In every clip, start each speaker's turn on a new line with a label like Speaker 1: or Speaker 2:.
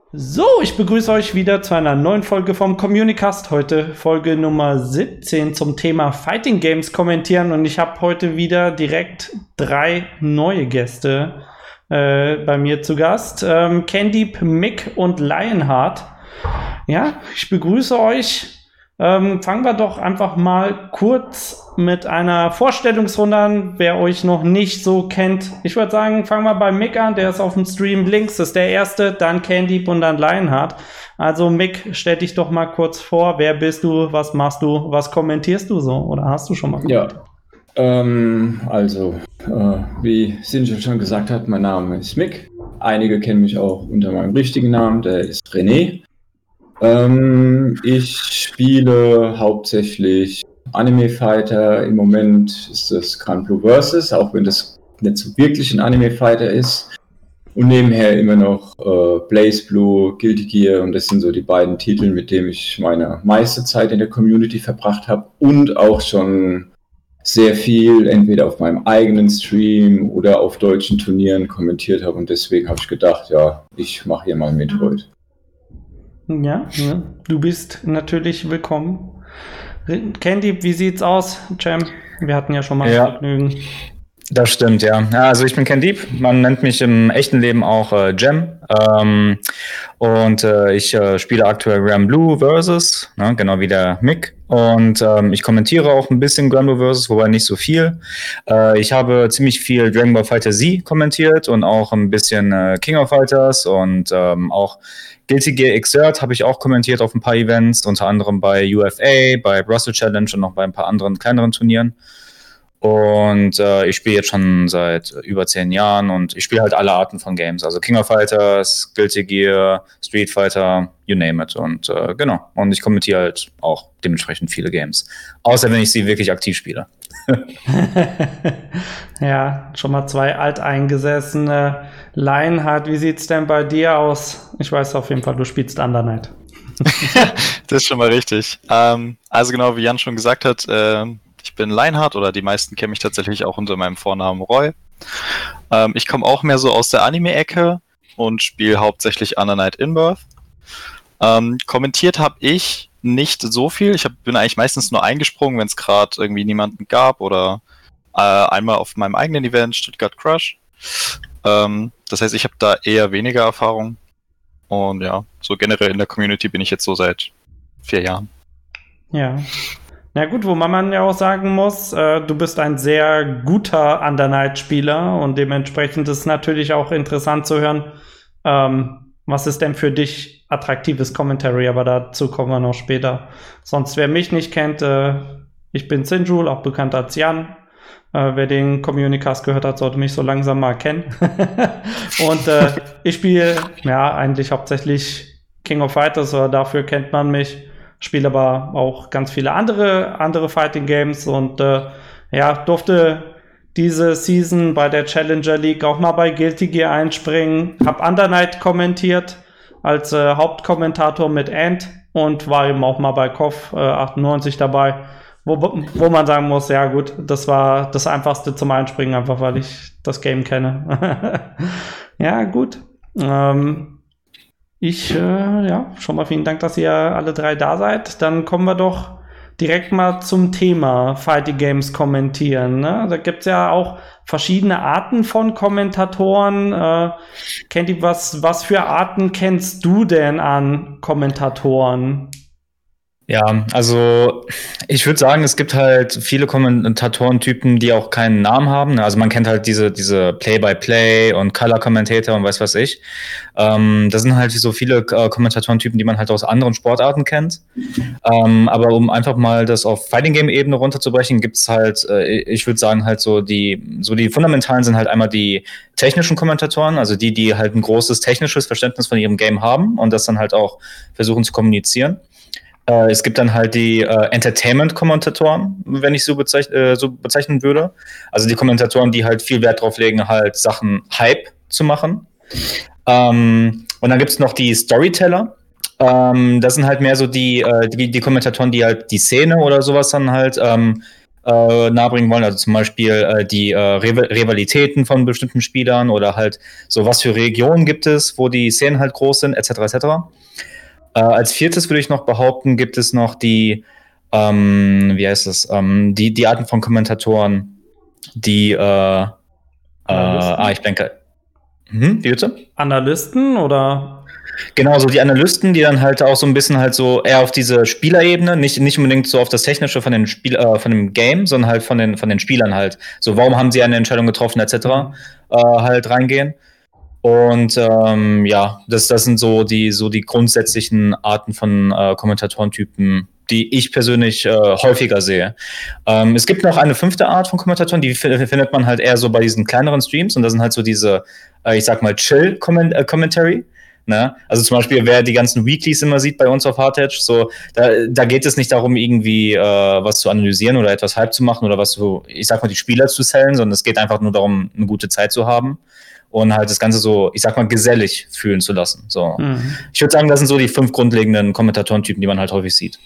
Speaker 1: So, ich begrüße euch wieder zu einer neuen Folge vom Communicast. Heute Folge Nummer 17 zum Thema Fighting Games kommentieren. Und ich habe heute wieder direkt 3 neue Gäste bei mir zu Gast. Candeep, Mick und Lionheart. Ja, ich begrüße euch. Fangen wir doch einfach mal kurz mit einer Vorstellungsrunde an, wer euch noch nicht so kennt. Ich würde sagen, fangen wir bei Mick an, der ist auf dem Stream links, das ist der erste, dann Candeep und dann Lionheart. Also Mick, stell dich doch mal kurz vor, wer bist du, was machst du, was kommentierst du so, oder hast du schon mal
Speaker 2: kommentiert? Ja, wie Sinja schon gesagt hat, mein Name ist Mick. Einige kennen mich auch unter meinem richtigen Namen, der ist René. Ich spiele hauptsächlich Anime Fighter. Im Moment ist das Grand Blue Versus, auch wenn das nicht so wirklich ein Anime Fighter ist. Und nebenher immer noch Blaze Blue, Guilty Gear, und das sind so die beiden Titel, mit denen ich meine meiste Zeit in der Community verbracht habe und auch schon sehr viel entweder auf meinem eigenen Stream oder auf deutschen Turnieren kommentiert habe. Und deswegen habe ich gedacht, ja, ich mache hier mal mit heute.
Speaker 1: Ja, du bist natürlich willkommen. Candeep, wie sieht's aus, Cem? Wir hatten ja schon mal Vergnügen.
Speaker 3: Das stimmt, ja. Also ich bin Candeep, man nennt mich im echten Leben auch Cem. Ich spiele aktuell Grand Blue Versus, ne, genau wie der Mick. Und ich kommentiere auch ein bisschen Grand Blue Versus, wobei nicht so viel. Ich habe ziemlich viel Dragon Ball Fighter Z kommentiert und auch ein bisschen King of Fighters und auch Guilty Gear Xrd habe ich auch kommentiert auf ein paar Events, unter anderem bei UFA, bei Brussels Challenge und noch bei ein paar anderen kleineren Turnieren. Und ich spiele jetzt schon seit über 10 Jahren und ich spiele halt alle Arten von Games, also King of Fighters, Guilty Gear, Street Fighter, you name it. Und genau, und ich kommentiere halt auch dementsprechend viele Games, außer wenn ich sie wirklich aktiv spiele.
Speaker 1: Ja, schon mal 2 alteingesessene. Lionheart, wie sieht's denn bei dir aus? Ich weiß auf jeden Fall, du spielst Under Night.
Speaker 4: Das ist schon mal richtig. Also genau, wie Jan schon gesagt hat, ich bin Lionheart, oder die meisten kennen mich tatsächlich auch unter meinem Vornamen Roy. Ich komme auch mehr so aus der Anime-Ecke und spiele hauptsächlich Under Night In-Birth. Kommentiert habe ich nicht so viel. Ich bin eigentlich meistens nur eingesprungen, wenn es gerade irgendwie niemanden gab, oder einmal auf meinem eigenen Event, Stuttgart Crush. Das heißt, ich habe da eher weniger Erfahrung. Und ja, so generell in der Community bin ich jetzt so seit 4 Jahren.
Speaker 1: Ja. Na gut, wo man ja auch sagen muss, du bist ein sehr guter Under Night-Spieler und dementsprechend ist es natürlich auch interessant zu hören, was ist denn für dich attraktives Commentary, aber dazu kommen wir noch später. Sonst, wer mich nicht kennt, ich bin Sinjul, auch bekannt als Jan. Wer den Communicast gehört hat, sollte mich so langsam mal kennen. Und ich spiele ja eigentlich hauptsächlich King of Fighters, oder dafür kennt man mich. Spiele aber auch ganz viele andere Fighting Games und durfte diese Season bei der Challenger League auch mal bei Guilty Gear einspringen. Hab Under Night kommentiert als Hauptkommentator mit Ant und war eben auch mal bei KOF 98 dabei. Wo man sagen muss, ja gut, das war das Einfachste zum Einspringen, einfach weil ich das Game kenne. Ja, gut. Schon mal vielen Dank, dass ihr alle 3 da seid. Dann kommen wir doch direkt mal zum Thema Fighting Games kommentieren. Ne? Da gibt es ja auch verschiedene Arten von Kommentatoren. Candy, was für Arten kennst du denn an Kommentatoren?
Speaker 3: Ja, also ich würde sagen, es gibt halt viele Kommentatorentypen, die auch keinen Namen haben. Also man kennt halt diese Play-by-Play und Color-Commentator und weiß was ich. Das sind halt so viele Kommentatorentypen, die man halt aus anderen Sportarten kennt. Aber um einfach mal das auf Fighting-Game-Ebene runterzubrechen, gibt's halt, ich würde sagen, halt so die fundamentalen sind halt einmal die technischen Kommentatoren, also die halt ein großes technisches Verständnis von ihrem Game haben und das dann halt auch versuchen zu kommunizieren. Es gibt dann halt die Entertainment-Kommentatoren, wenn ich so bezeichnen würde. Also die Kommentatoren, die halt viel Wert drauf legen, halt Sachen Hype zu machen. Und dann gibt es noch die Storyteller. Das sind halt mehr so die Kommentatoren, die halt die Szene oder sowas dann halt nahebringen wollen, also zum Beispiel die Rivalitäten von bestimmten Spielern oder halt so, was für Regionen gibt es, wo die Szenen halt groß sind, etc. etc. Als viertes würde ich noch behaupten, gibt es noch die, wie heißt das, die Arten von Kommentatoren, die, ich denke, wie bitte?
Speaker 1: Analysten oder?
Speaker 3: Genau, so die Analysten, die dann halt auch so ein bisschen halt so eher auf diese Spielerebene, nicht unbedingt so auf das Technische von dem Game, sondern halt von den Spielern halt. So, warum haben sie eine Entscheidung getroffen, etc. Halt reingehen. Und das sind so die grundsätzlichen Arten von Kommentatorentypen, die ich persönlich häufiger sehe. Es gibt noch eine fünfte Art von Kommentatoren, die findet man halt eher so bei diesen kleineren Streams, und das sind halt so diese, ich sag mal, Chill-Commentary. Ne? Also zum Beispiel, wer die ganzen Weeklies immer sieht bei uns auf Hard Edge, so, da geht es nicht darum, irgendwie was zu analysieren oder etwas Hype zu machen oder ich sag mal, die Spieler zu sellen, sondern es geht einfach nur darum, eine gute Zeit zu haben und halt das Ganze so, ich sag mal, gesellig fühlen zu lassen. So. Ich würde sagen, das sind so die 5 grundlegenden Kommentatorentypen, die man halt häufig sieht.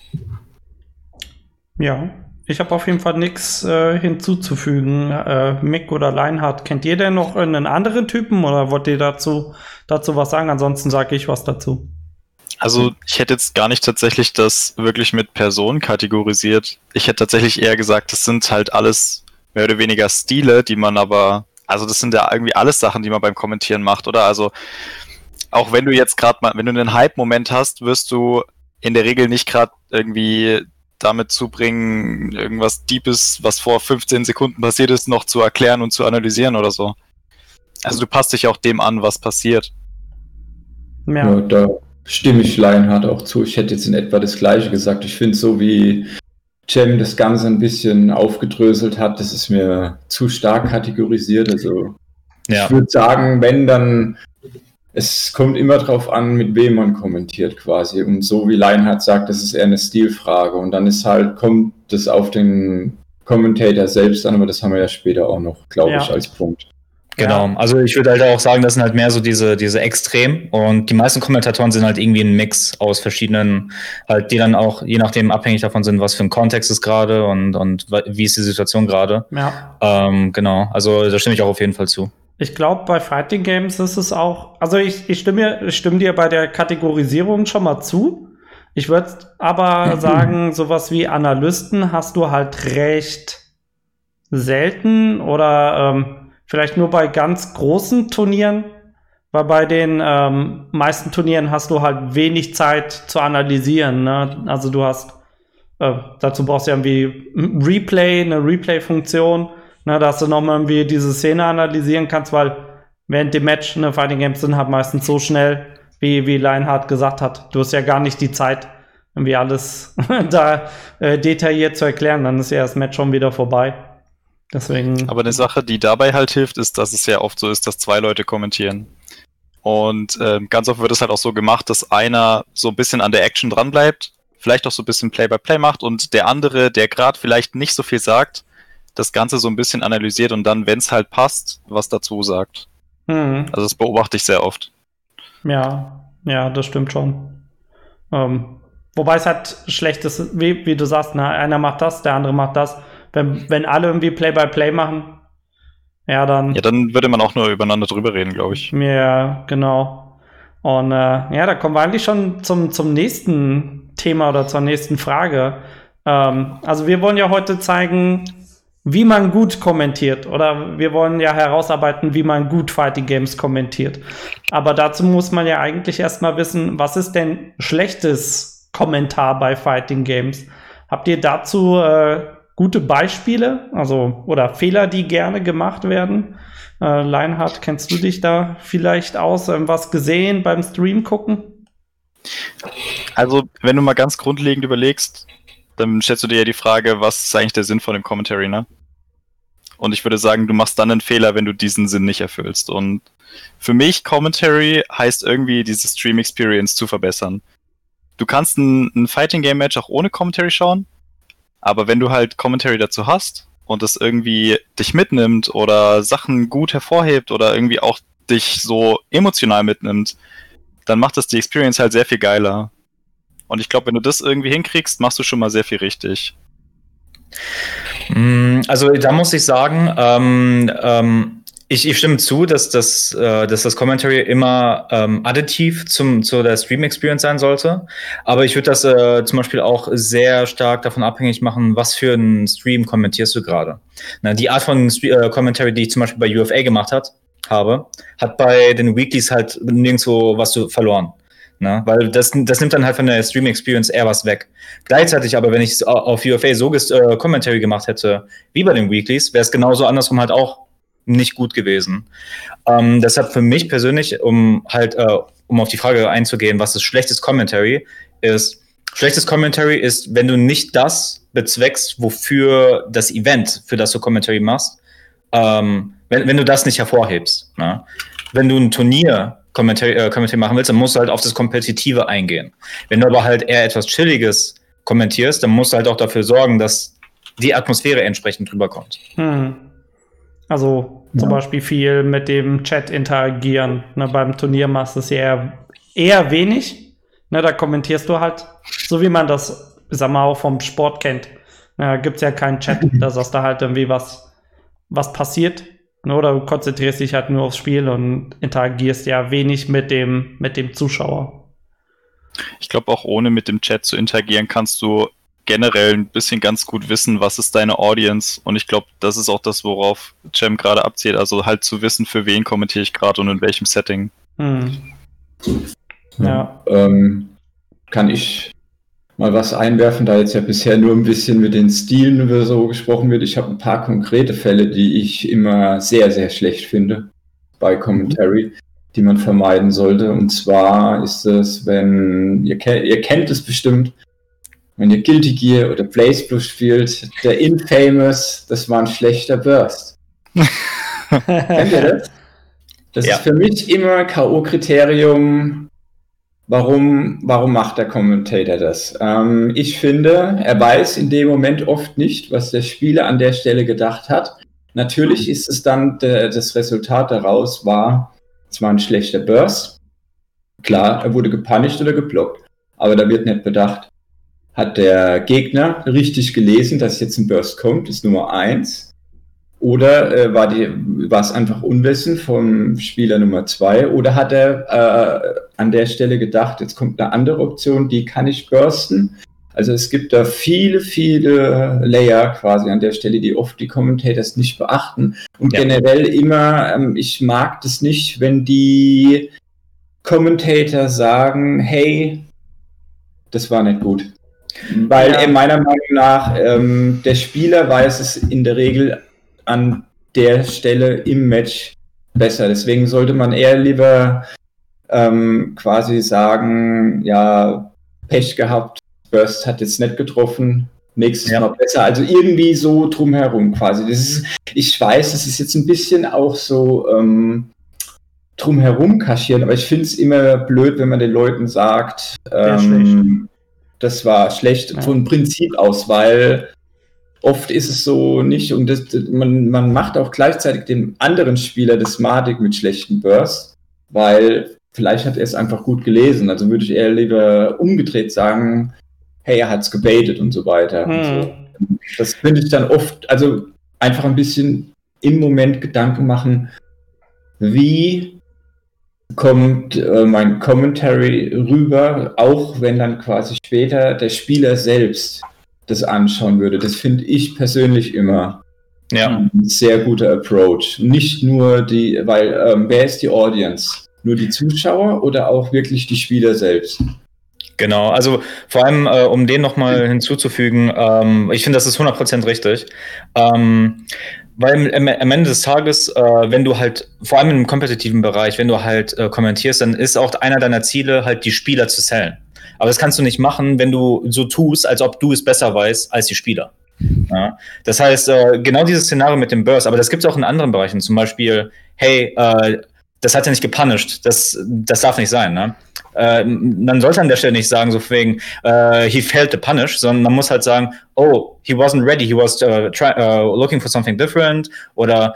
Speaker 1: Ja, ich habe auf jeden Fall nichts hinzuzufügen. Mick oder Leinhardt, kennt ihr denn noch einen anderen Typen oder wollt ihr dazu was sagen? Ansonsten sage ich was dazu.
Speaker 4: Also ich hätte jetzt gar nicht tatsächlich das wirklich mit Personen kategorisiert. Ich hätte tatsächlich eher gesagt, das sind halt alles mehr oder weniger Stile, die man aber, also das sind ja irgendwie alles Sachen, die man beim Kommentieren macht, oder? Also auch wenn du jetzt gerade mal, wenn du einen Hype-Moment hast, wirst du in der Regel nicht gerade irgendwie damit zubringen, irgendwas Deepes, was vor 15 Sekunden passiert ist, noch zu erklären und zu analysieren oder so. Also du passt dich auch dem an, was passiert.
Speaker 2: Ja, da stimme ich Leinhardt auch zu. Ich hätte jetzt in etwa das Gleiche gesagt. Ich finde, so wie Cem das Ganze ein bisschen aufgedröselt hat, das ist mir zu stark kategorisiert. Also ich würde sagen, wenn dann, es kommt immer drauf an, mit wem man kommentiert quasi. Und so wie Leinhardt sagt, das ist eher eine Stilfrage. Und dann kommt das auf den Commentator selbst an, aber das haben wir ja später auch noch, glaube ich, als Punkt.
Speaker 3: Genau, also ich würde halt auch sagen, das sind halt mehr so diese Extrem, und die meisten Kommentatoren sind halt irgendwie ein Mix aus verschiedenen, halt, die dann auch je nachdem abhängig davon sind, was für ein Kontext ist gerade und wie ist die Situation gerade.
Speaker 1: Ja.
Speaker 3: Genau, also da stimme ich auch auf jeden Fall zu.
Speaker 1: Ich glaube, bei Fighting Games ist es auch, also ich stimme dir bei der Kategorisierung schon mal zu. Ich würde aber sagen, sowas wie Analysten hast du halt recht selten oder vielleicht nur bei ganz großen Turnieren, weil bei den meisten Turnieren hast du halt wenig Zeit zu analysieren. Ne? Also du hast, dazu brauchst du ja irgendwie eine Replay-Funktion, ne, dass du nochmal irgendwie diese Szene analysieren kannst, weil während dem Match, ne, Fighting Games sind halt meistens so schnell, wie Leinhardt gesagt hat. Du hast ja gar nicht die Zeit, irgendwie alles da detailliert zu erklären, dann ist ja das Match schon wieder vorbei. Deswegen.
Speaker 4: Aber eine Sache, die dabei halt hilft, ist, dass es ja oft so ist, dass 2 Leute kommentieren. Und ganz oft wird es halt auch so gemacht, dass einer so ein bisschen an der Action dranbleibt, vielleicht auch so ein bisschen Play-by-Play macht und der andere, der gerade vielleicht nicht so viel sagt, das Ganze so ein bisschen analysiert und dann, wenn es halt passt, was dazu sagt. Also das beobachte ich sehr oft.
Speaker 1: Ja, das stimmt schon. Wobei es halt schlecht ist, wie du sagst, ne? Einer macht das, der andere macht das. Wenn alle irgendwie Play-by-Play machen, ja, dann...
Speaker 4: Ja, dann würde man auch nur übereinander drüber reden, glaube ich.
Speaker 1: Ja, genau. Und da kommen wir eigentlich schon zum nächsten Thema oder zur nächsten Frage. Also wir wollen ja heute zeigen, wie man gut kommentiert, oder wir wollen ja herausarbeiten, wie man gut Fighting Games kommentiert. Aber dazu muss man ja eigentlich erstmal wissen, was ist denn schlechtes Kommentar bei Fighting Games? Habt ihr dazu gute Beispiele, also oder Fehler, die gerne gemacht werden? Leinhardt, kennst du dich da vielleicht aus? Was gesehen beim Stream gucken?
Speaker 4: Also, wenn du mal ganz grundlegend überlegst, dann stellst du dir ja die Frage, was ist eigentlich der Sinn von dem Commentary, ne? Und ich würde sagen, du machst dann einen Fehler, wenn du diesen Sinn nicht erfüllst. Und für mich, Commentary heißt irgendwie, diese Stream-Experience zu verbessern. Du kannst ein Fighting-Game-Match auch ohne Commentary schauen, aber wenn du halt Commentary dazu hast und das irgendwie dich mitnimmt oder Sachen gut hervorhebt oder irgendwie auch dich so emotional mitnimmt, dann macht das die Experience halt sehr viel geiler. Und ich glaube, wenn du das irgendwie hinkriegst, machst du schon mal sehr viel richtig.
Speaker 3: Also da muss ich sagen, ich stimme zu, dass das Commentary immer additiv zu der Stream-Experience sein sollte. Aber ich würde das zum Beispiel auch sehr stark davon abhängig machen, was für einen Stream kommentierst du gerade. Die Art von Commentary, die ich zum Beispiel bei UFA gemacht habe, hat bei den Weeklies halt nirgendwo was verloren. Weil das nimmt dann halt von der Stream-Experience eher was weg. Gleichzeitig aber, wenn ich auf UFA so Commentary gemacht hätte, wie bei den Weeklies, wäre es genauso andersrum halt auch nicht gut gewesen. Deshalb für mich persönlich, um auf die Frage einzugehen, was ist schlechtes Commentary ist, wenn du nicht das bezweckst, wofür das Event, für das du Commentary machst, wenn du das nicht hervorhebst. Ne? Wenn du ein Turnier Commentary machen willst, dann musst du halt auf das Kompetitive eingehen. Wenn du aber halt eher etwas Chilliges kommentierst, dann musst du halt auch dafür sorgen, dass die Atmosphäre entsprechend rüberkommt.
Speaker 1: Also zum Beispiel viel mit dem Chat interagieren. Ne, beim Turnier machst du es ja eher wenig. Ne, da kommentierst du halt, so wie man das, sag mal, auch vom Sport kennt. Da gibt es ja keinen Chat, da sagst du halt irgendwie, was passiert. Oder du konzentrierst dich halt nur aufs Spiel und interagierst ja wenig mit dem Zuschauer.
Speaker 4: Ich glaube, auch ohne mit dem Chat zu interagieren, kannst du generell ein bisschen ganz gut wissen, was ist deine Audience. Und ich glaube, das ist auch das, worauf Cem gerade abzielt. Also halt zu wissen, für wen kommentiere ich gerade und in welchem Setting.
Speaker 1: Ja.
Speaker 2: Kann ich mal was einwerfen, da jetzt ja bisher nur ein bisschen mit den Stilen über so gesprochen wird. Ich habe ein paar konkrete Fälle, die ich immer sehr, sehr schlecht finde bei Commentary, die man vermeiden sollte. Und zwar ist es, wenn, ihr kennt es bestimmt, wenn ihr Guilty Gear oder Blaze Blue spielt, der Infamous, das war ein schlechter Burst. Kennt ihr das? Das ist für mich immer K.O.-Kriterium. Warum macht der Commentator das? Ich finde, er weiß in dem Moment oft nicht, was der Spieler an der Stelle gedacht hat. Natürlich ist es dann, das Resultat daraus war, es war ein schlechter Burst. Klar, er wurde gepunished oder geblockt, aber da wird nicht bedacht. Hat der Gegner richtig gelesen, dass jetzt ein Burst kommt, ist Nummer 1. Oder war es einfach Unwissen vom Spieler Nummer 2? Oder hat er an der Stelle gedacht, jetzt kommt eine andere Option, die kann ich bursten? Also es gibt da viele, viele Layer quasi an der Stelle, die oft die Commentators nicht beachten. Und generell immer, ich mag das nicht, wenn die Commentator sagen, hey, das war nicht gut. Weil meiner Meinung nach, der Spieler weiß es in der Regel an der Stelle im Match besser. Deswegen sollte man eher lieber quasi sagen, ja, Pech gehabt, Burst hat jetzt nicht getroffen, nächstes Mal besser. Also irgendwie so drumherum quasi. Ich weiß, es ist jetzt ein bisschen auch so drumherum kaschieren, aber ich finde es immer blöd, wenn man den Leuten sagt, das war schlecht von Prinzip aus, weil oft ist es so nicht und man macht auch gleichzeitig dem anderen Spieler das madig mit schlechten Bursts, weil vielleicht hat er es einfach gut gelesen. Also würde ich eher lieber umgedreht sagen, hey, er hat es gebaitet und so weiter. Und so. Das finde ich dann oft, also einfach ein bisschen im Moment Gedanken machen, wie kommt mein Commentary rüber, auch wenn dann quasi später der Spieler selbst das anschauen würde. Das finde ich persönlich immer ein sehr guter Approach. Nicht nur weil wer ist die Audience? Nur die Zuschauer oder auch wirklich die Spieler selbst?
Speaker 3: Genau, also vor allem, um den nochmal hinzuzufügen, ich finde, das ist 100% richtig. Weil am Ende des Tages, wenn du halt, vor allem im kompetitiven Bereich, wenn du halt kommentierst, dann ist auch einer deiner Ziele, halt die Spieler zu sellen. Aber das kannst du nicht machen, wenn du so tust, als ob du es besser weißt als die Spieler. Ja? Das heißt, genau dieses Szenario mit dem Burst, aber das gibt es auch in anderen Bereichen. Zum Beispiel, hey, das hat er nicht gepunished. Das darf nicht sein, ne? Man sollte an der Stelle nicht sagen, so wegen, he failed to punish, sondern man muss halt sagen, oh, he wasn't ready, he was looking for something different oder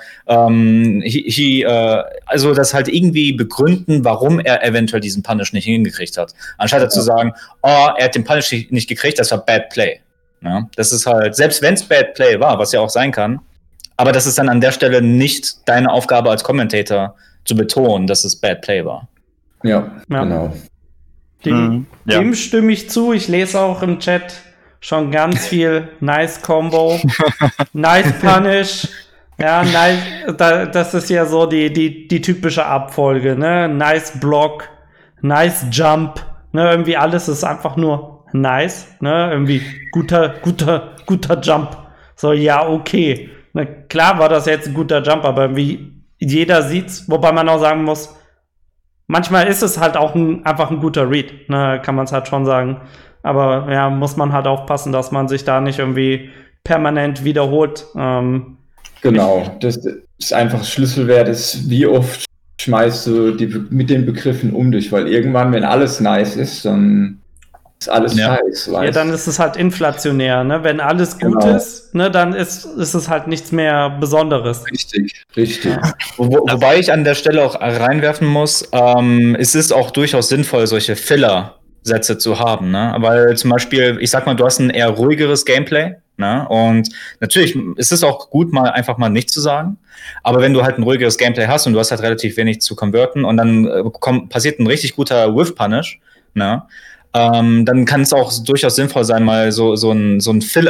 Speaker 3: also das halt irgendwie begründen, warum er eventuell diesen Punish nicht hingekriegt hat. Anstatt zu sagen, oh, er hat den Punish nicht gekriegt, das war bad play. Ja? Das ist halt, selbst wenn es Bad Play war, was ja auch sein kann, aber das ist dann an der Stelle nicht deine Aufgabe als Commentator zu betonen, dass es Bad Play war.
Speaker 2: Ja. Genau.
Speaker 1: Dem stimme ich zu. Ich lese auch im Chat schon ganz viel Nice Combo, Nice Punish. Ja, nice, das ist ja so die typische Abfolge, ne? Nice Block, Nice Jump, ne? Irgendwie alles ist einfach nur nice, ne? Irgendwie guter Jump. So, ja, okay. Ne, klar war das jetzt ein guter Jump, aber irgendwie jeder sieht's, wobei man auch sagen muss, manchmal ist es halt auch einfach ein guter Read, ne? Kann man es halt schon sagen. Aber ja, muss man halt aufpassen, dass man sich da nicht irgendwie permanent wiederholt.
Speaker 2: Genau, das ist einfach Schlüsselwert, ist, wie oft schmeißt du mit den Begriffen um dich, weil irgendwann, wenn alles nice ist, dann ist alles scheiß.
Speaker 1: Ja, dann ist es halt inflationär, ne? Wenn alles gut ist, ne, dann ist es halt nichts mehr Besonderes.
Speaker 2: Richtig.
Speaker 1: Ja.
Speaker 3: Wobei ich an der Stelle auch reinwerfen muss, es ist auch durchaus sinnvoll, solche Filler-Sätze zu haben, ne? Weil zum Beispiel, ich sag mal, du hast ein eher ruhigeres Gameplay, ne? Und natürlich ist es auch gut, einfach mal nichts zu sagen. Aber wenn du halt ein ruhigeres Gameplay hast und du hast halt relativ wenig zu konverten und dann passiert ein richtig guter Whiff-Punish, ne? Dann kann es auch durchaus sinnvoll sein, mal so ein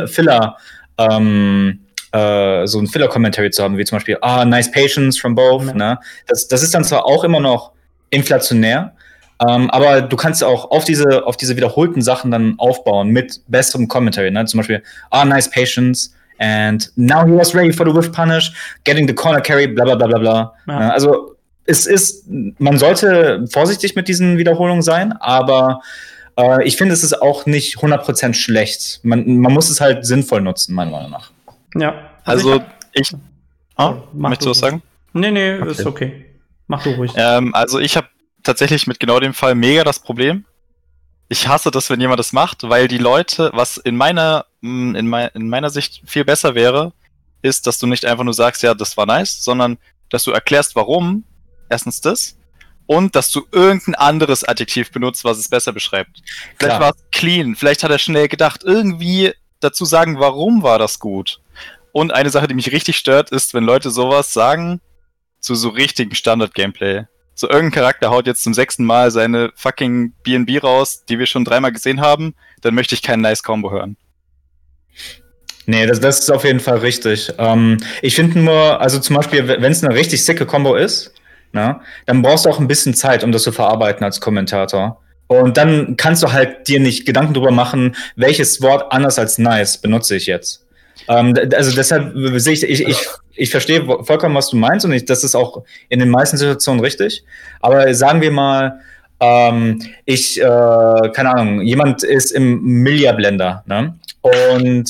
Speaker 3: Filler-Commentary zu haben, wie zum Beispiel, nice patience from both, ne? Das ist dann zwar auch immer noch inflationär, aber du kannst auch auf diese wiederholten Sachen dann aufbauen mit besserem Commentary, ne? Zum Beispiel, nice patience and now he was ready for the whiff punish, getting the corner carry, bla bla bla bla bla. Ja. Ne? Also man sollte vorsichtig mit diesen Wiederholungen sein, aber ich finde, es ist auch nicht 100% schlecht. Man muss es halt sinnvoll nutzen, meiner Meinung nach.
Speaker 1: Ja.
Speaker 4: Also möchtest du was sagen?
Speaker 1: Nee, okay. Ist okay. Mach du ruhig.
Speaker 4: Also ich habe tatsächlich mit genau dem Fall mega das Problem. Ich hasse das, wenn jemand das macht, weil die Leute, was in meiner Sicht viel besser wäre, ist, dass du nicht einfach nur sagst, ja, das war nice, sondern dass du erklärst, warum. Erstens das. Und dass du irgendein anderes Adjektiv benutzt, was es besser beschreibt. Vielleicht war es clean, vielleicht hat er schnell gedacht, irgendwie dazu sagen, warum war das gut. Und eine Sache, die mich richtig stört, ist, wenn Leute sowas sagen zu so richtigen Standard-Gameplay. So irgendein Charakter haut jetzt zum 6. Mal seine fucking B&B raus, die wir schon 3-mal gesehen haben, dann möchte ich keinen Nice-Combo hören.
Speaker 3: Nee, das ist auf jeden Fall richtig. Ich finde nur, also zum Beispiel, wenn es eine richtig sicke Combo ist, na, dann brauchst du auch ein bisschen Zeit, um das zu verarbeiten als Kommentator. Und dann kannst du halt dir nicht Gedanken drüber machen, welches Wort anders als nice benutze ich jetzt. Also deshalb sehe ich verstehe vollkommen, was du meinst, und das ist auch in den meisten Situationen richtig. Aber sagen wir mal, keine Ahnung, jemand ist im Millia-Blender, ne? Und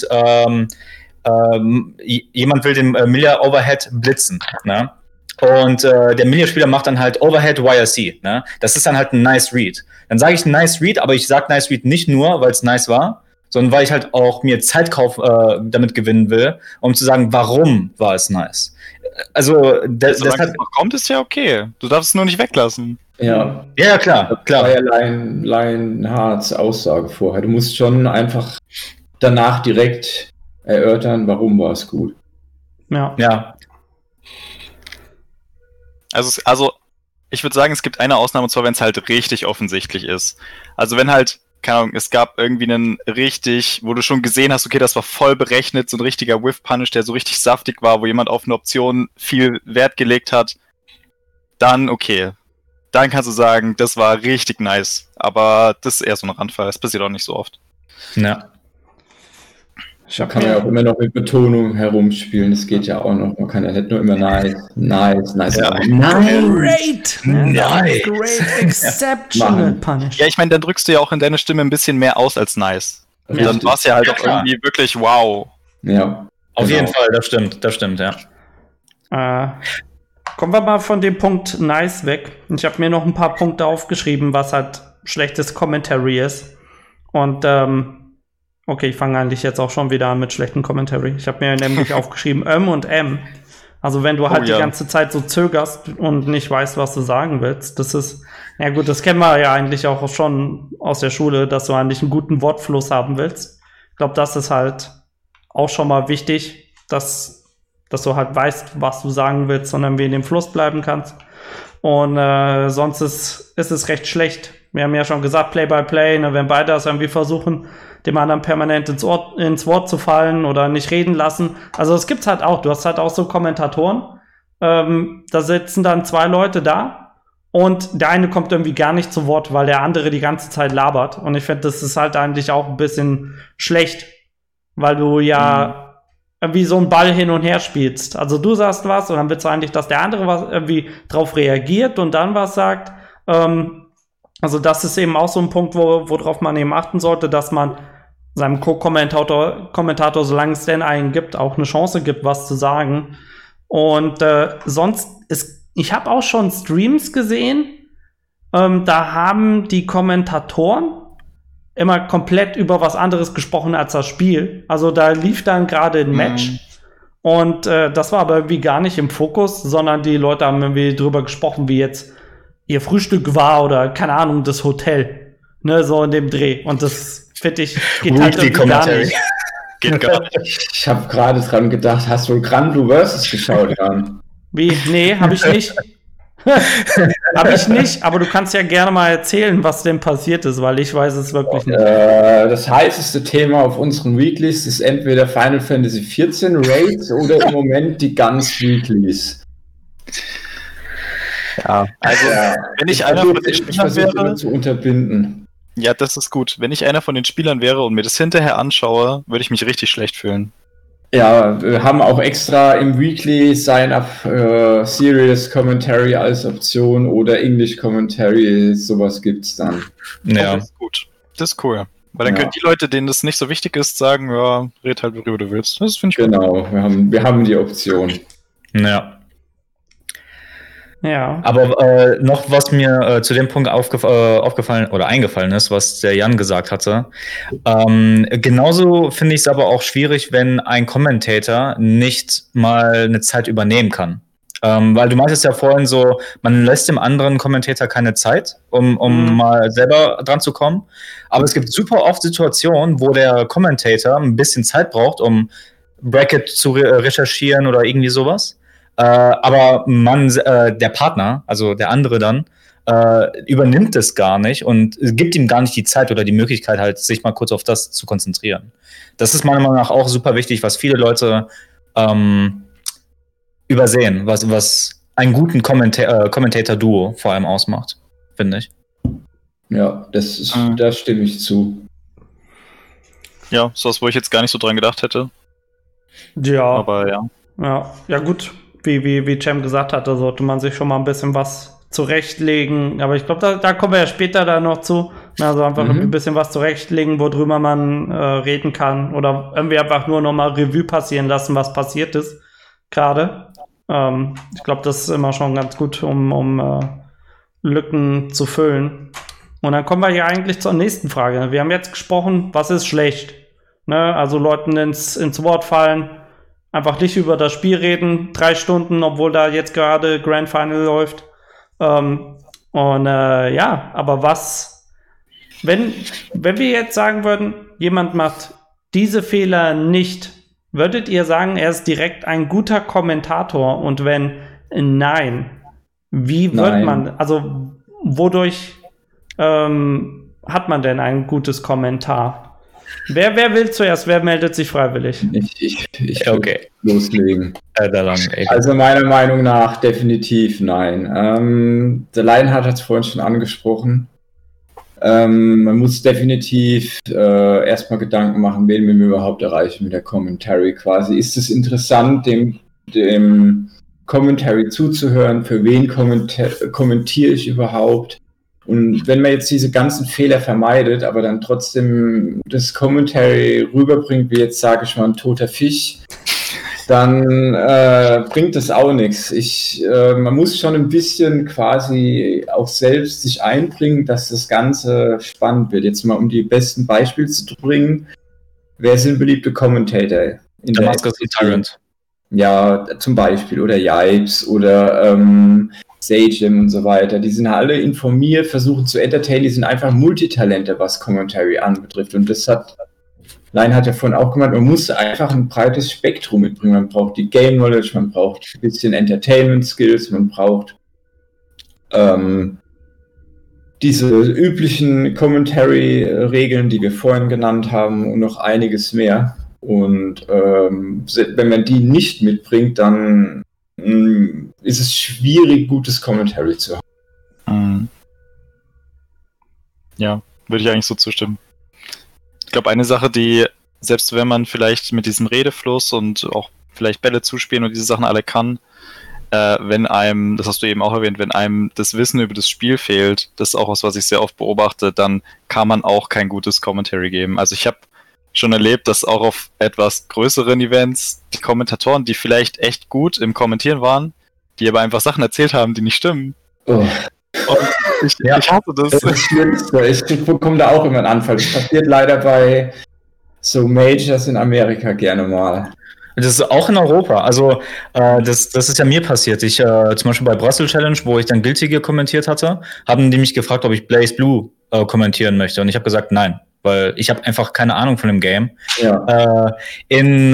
Speaker 3: jemand will den Millia-Overhead blitzen, ne? Und der Millia-Spieler macht dann halt Overhead YRC, ne? Das ist dann halt ein Nice Read. Dann sage ich Nice Read, aber ich sage Nice Read nicht nur, weil es nice war, sondern weil ich halt auch mir Zeitkauf damit gewinnen will, um zu sagen, warum war es nice. Also,
Speaker 4: solange es noch kommt, ist ja okay. Du darfst es nur nicht weglassen.
Speaker 2: Ja,
Speaker 3: klar.
Speaker 2: Das war ja Lionhearts Aussage vorher. Du musst schon einfach danach direkt erörtern, warum war es gut.
Speaker 3: Ja.
Speaker 4: Also, ich würde sagen, es gibt eine Ausnahme, und zwar, wenn es halt richtig offensichtlich ist. Also, wenn halt, keine Ahnung, es gab irgendwie einen richtig, wo du schon gesehen hast, okay, das war voll berechnet, so ein richtiger Whiff-Punish, der so richtig saftig war, wo jemand auf eine Option viel Wert gelegt hat, dann okay. Dann kannst du sagen, das war richtig nice. Aber das ist eher so ein Randfall, das passiert auch nicht so oft.
Speaker 3: Ja.
Speaker 2: Da kann man ja auch immer noch mit Betonung herumspielen, das geht ja auch noch. Man kann ja nicht nur immer nice.
Speaker 1: Ja. Great!
Speaker 3: Nice.
Speaker 1: Great exceptional punish.
Speaker 4: Ja, ich meine, dann drückst du ja auch in deiner Stimme ein bisschen mehr aus als nice. Und dann war es ja halt auch irgendwie wirklich wow.
Speaker 2: Ja.
Speaker 3: Auf jeden Fall, das stimmt, ja.
Speaker 1: Kommen wir mal von dem Punkt nice weg. Ich habe mir noch ein paar Punkte aufgeschrieben, was halt schlechtes Commentary ist. Und okay, ich fange eigentlich jetzt auch schon wieder an mit schlechtem Commentary. Ich habe mir nämlich aufgeschrieben und M. Also wenn du halt die ganze Zeit so zögerst und nicht weißt, was du sagen willst, das ist, ja gut, das kennen wir ja eigentlich auch schon aus der Schule, dass du eigentlich einen guten Wortfluss haben willst. Ich glaube, das ist halt auch schon mal wichtig, dass du halt weißt, was du sagen willst, sondern wie in dem Fluss bleiben kannst. Und sonst ist es recht schlecht. Wir haben ja schon gesagt, Play-by-Play, ne, wenn beide das irgendwie versuchen, dem anderen permanent ins Wort zu fallen oder nicht reden lassen. Also es gibt's halt auch. Du hast halt auch so Kommentatoren, da sitzen dann 2 Leute da und der eine kommt irgendwie gar nicht zu Wort, weil der andere die ganze Zeit labert. Und ich finde, das ist halt eigentlich auch ein bisschen schlecht, weil du ja irgendwie so einen Ball hin und her spielst. Also du sagst was und dann willst du eigentlich, dass der andere was irgendwie drauf reagiert und dann was sagt. Also das ist eben auch so ein Punkt, worauf man eben achten sollte, dass man seinem Co-Kommentator, solange es denn einen gibt, auch eine Chance gibt, was zu sagen. Und sonst ich habe auch schon Streams gesehen, da haben die Kommentatoren immer komplett über was anderes gesprochen als das Spiel. Also da lief dann gerade ein Match und das war aber irgendwie gar nicht im Fokus, sondern die Leute haben irgendwie drüber gesprochen, wie jetzt ihr Frühstück war oder, keine Ahnung, das Hotel. Ne, so in dem Dreh. Und das, finde ich, geht halt irgendwie gar nicht.
Speaker 4: Geht gar nicht.
Speaker 2: Ich habe gerade dran gedacht, hast du Grand Blue Versus geschaut, Jan?
Speaker 1: Wie? Nee, habe ich nicht. Habe ich nicht, aber du kannst ja gerne mal erzählen, was denn passiert ist, weil ich weiß es wirklich nicht.
Speaker 2: Das heißeste Thema auf unseren Weeklies ist entweder Final Fantasy 14 Raids oder im Moment die Guns Weeklies.
Speaker 4: Ja, also wenn ich einer von den Spielern wäre,
Speaker 2: zu unterbinden.
Speaker 4: Ja, das ist gut. Wenn ich einer von den Spielern wäre und mir das hinterher anschaue, würde ich mich richtig schlecht fühlen.
Speaker 2: Ja, wir haben auch extra im Weekly Sign-up Serious Commentary als Option oder English Commentary, sowas gibt's dann.
Speaker 4: Ja, das ist gut. Das ist cool. Weil dann können die Leute, denen das nicht so wichtig ist, sagen, ja, red halt, worüber du willst. Das finde ich gut.
Speaker 2: Genau, wir haben die Option.
Speaker 3: Ja.
Speaker 1: Ja.
Speaker 3: Aber noch was mir zu dem Punkt aufgefallen oder eingefallen ist, was der Jan gesagt hatte. Genauso finde ich es aber auch schwierig, wenn ein Commentator nicht mal eine Zeit übernehmen kann. Weil du meintest ja vorhin so, man lässt dem anderen Commentator keine Zeit, um mal selber dran zu kommen. Aber es gibt super oft Situationen, wo der Commentator ein bisschen Zeit braucht, um Bracket zu recherchieren oder irgendwie sowas. Aber der Partner, also der andere dann, übernimmt es gar nicht und gibt ihm gar nicht die Zeit oder die Möglichkeit, halt sich mal kurz auf das zu konzentrieren. Das ist meiner Meinung nach auch super wichtig, was viele Leute übersehen, was einen guten Commentator-Duo vor allem ausmacht, finde ich.
Speaker 2: Ja, da stimme ich zu.
Speaker 4: Ja, sowas, wo ich jetzt gar nicht so dran gedacht hätte.
Speaker 1: Ja.
Speaker 4: Aber ja.
Speaker 1: Ja, gut. Wie Cem gesagt hatte, sollte man sich schon mal ein bisschen was zurechtlegen. Aber ich glaube, da kommen wir ja später da noch zu. Also einfach ein bisschen was zurechtlegen, worüber man reden kann. Oder irgendwie einfach nur nochmal Revue passieren lassen, was passiert ist. Gerade. Ich glaube, das ist immer schon ganz gut, um Lücken zu füllen. Und dann kommen wir ja eigentlich zur nächsten Frage. Wir haben jetzt gesprochen, was ist schlecht? Ne? Also Leuten ins Wort fallen. Einfach nicht über das Spiel reden, 3 Stunden, obwohl da jetzt gerade Grand Final läuft. Aber was, wenn wir jetzt sagen würden, jemand macht diese Fehler nicht, würdet ihr sagen, er ist direkt ein guter Kommentator? Und wenn nein, wie wird man, also wodurch hat man denn ein gutes Kommentar? Wer will zuerst? Wer meldet sich freiwillig?
Speaker 2: Ich okay. Loslegen.
Speaker 3: Okay.
Speaker 2: Also meiner Meinung nach definitiv nein. Der Lionheart hat es vorhin schon angesprochen. Man muss definitiv erstmal Gedanken machen, wen wir überhaupt erreichen mit der Commentary quasi. Ist es interessant, dem Commentary zuzuhören? Für wen kommentiere ich überhaupt? Und wenn man jetzt diese ganzen Fehler vermeidet, aber dann trotzdem das Commentary rüberbringt, wie jetzt sage ich mal ein toter Fisch, dann bringt das auch nichts. Man muss schon ein bisschen quasi auch selbst sich einbringen, dass das Ganze spannend wird. Jetzt mal um die besten Beispiele zu bringen. Wer sind beliebte Commentator?
Speaker 3: Damascus Tyrant.
Speaker 2: Ja, zum Beispiel. Oder Yipes oder Sagem und so weiter, die sind alle informiert, versuchen zu entertainen, die sind einfach Multitalente, was Commentary anbetrifft. Und das hat Line hat ja vorhin auch gemeint, man muss einfach ein breites Spektrum mitbringen. Man braucht die Game Knowledge, man braucht ein bisschen Entertainment Skills, man braucht diese üblichen Commentary-Regeln, die wir vorhin genannt haben und noch einiges mehr. Und wenn man die nicht mitbringt, dann ist es schwierig, gutes Commentary zu haben.
Speaker 4: Ja, würde ich eigentlich so zustimmen. Ich glaube, eine Sache, die, selbst wenn man vielleicht mit diesem Redefluss und auch vielleicht Bälle zuspielen und diese Sachen alle kann, wenn einem, das hast du eben auch erwähnt, wenn einem das Wissen über das Spiel fehlt, das ist auch was ich sehr oft beobachte, dann kann man auch kein gutes Commentary geben. Also ich habe schon erlebt, dass auch auf etwas größeren Events die Kommentatoren, die vielleicht echt gut im Kommentieren waren, die aber einfach Sachen erzählt haben, die nicht stimmen.
Speaker 2: Oh.
Speaker 4: Und ich hasse das.
Speaker 2: Das ist das Schlimmste. Ich bekomme da auch immer einen Anfall. Das passiert leider bei so Majors in Amerika gerne mal.
Speaker 3: Das ist auch in Europa. Also das ist ja mir passiert. Ich zum Beispiel bei Brussels Challenge, wo ich dann Guilty Gear kommentiert hatte, haben die mich gefragt, ob ich Blaze Blue kommentieren möchte. Und ich habe gesagt, nein, weil ich habe einfach keine Ahnung von dem Game.
Speaker 2: Ja.
Speaker 3: In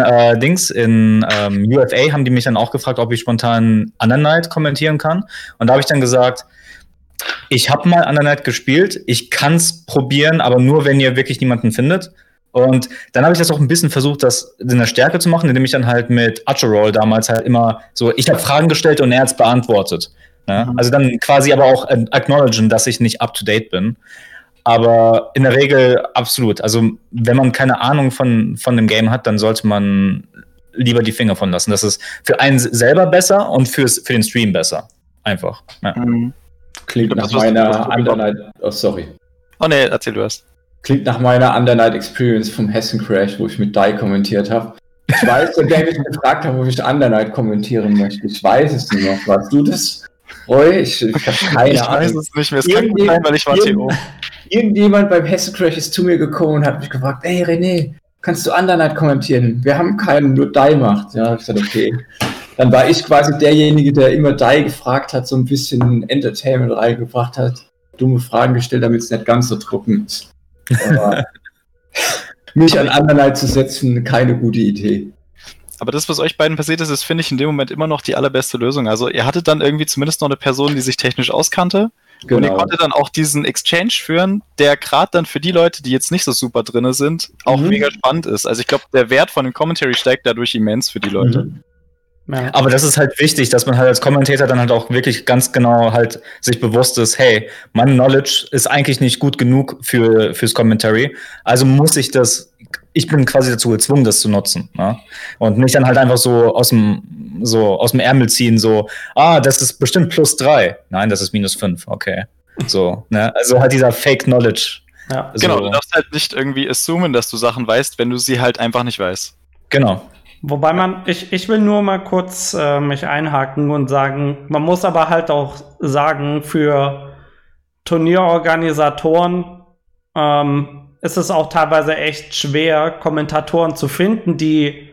Speaker 3: UFA haben die mich dann auch gefragt, ob ich spontan Under Night kommentieren kann. Und da habe ich dann gesagt, ich habe mal Under Night gespielt, ich kann es probieren, aber nur, wenn ihr wirklich niemanden findet. Und dann habe ich das auch ein bisschen versucht, das in der Stärke zu machen, indem ich dann halt mit Acheroll damals halt immer so, ich habe Fragen gestellt und er hat es beantwortet. Ne? Also dann quasi aber auch acknowledgen, dass ich nicht up-to-date bin. Aber in der Regel absolut. Also wenn man keine Ahnung von dem Game hat, dann sollte man lieber die Finger von lassen. Das ist für einen selber besser und für den Stream besser. Einfach. Ja.
Speaker 2: Klingt nach meiner Under Night... Oh, sorry.
Speaker 4: Oh ne, erzähl du erst.
Speaker 2: Klingt nach meiner Under Night Experience vom Hessen Crash, wo ich mit Dai kommentiert habe. Ich weiß, der David mich gefragt hat, wo ich Under Night kommentieren möchte. Ich weiß es nicht noch. Warst du das? Roy? Ich habe keine Ahnung.
Speaker 4: Ich weiß es nicht mehr. Es kann gut sein, weil ich war TO.
Speaker 2: Irgendjemand beim Hessen Crash ist zu mir gekommen und hat mich gefragt, ey René, kannst du Under Night kommentieren? Wir haben keinen, nur Dai macht. Ja, ich gesagt, okay. Dann war ich quasi derjenige, der immer Dai gefragt hat, so ein bisschen Entertainment reingebracht hat, dumme Fragen gestellt, damit es nicht ganz so trocken ist. Aber mich an Under Night zu setzen, keine gute Idee.
Speaker 4: Aber das, was euch beiden passiert ist, finde ich in dem Moment immer noch die allerbeste Lösung. Also ihr hattet dann irgendwie zumindest noch eine Person, die sich technisch auskannte. Genau. Und ihr konntet dann auch diesen Exchange führen, der gerade dann für die Leute, die jetzt nicht so super drin sind, auch mega spannend ist. Also ich glaube, der Wert von dem Commentary steigt dadurch immens für die Leute.
Speaker 3: Ja. Aber das ist halt wichtig, dass man halt als Kommentator dann halt auch wirklich ganz genau halt sich bewusst ist, hey, mein Knowledge ist eigentlich nicht gut genug fürs Commentary, also muss ich bin quasi dazu gezwungen, das zu nutzen. Ne? Und nicht dann halt einfach so aus dem Ärmel ziehen, so, das ist bestimmt +3. Nein, das ist -5, okay. So, ne? Also halt dieser Fake Knowledge.
Speaker 1: Ja.
Speaker 3: So.
Speaker 4: Genau, du darfst halt nicht irgendwie assumen, dass du Sachen weißt, wenn du sie halt einfach nicht weißt.
Speaker 3: Genau.
Speaker 1: Wobei ich will nur mal kurz mich einhaken und sagen, man muss aber halt auch sagen, für Turnierorganisatoren ist es auch teilweise echt schwer, Kommentatoren zu finden, die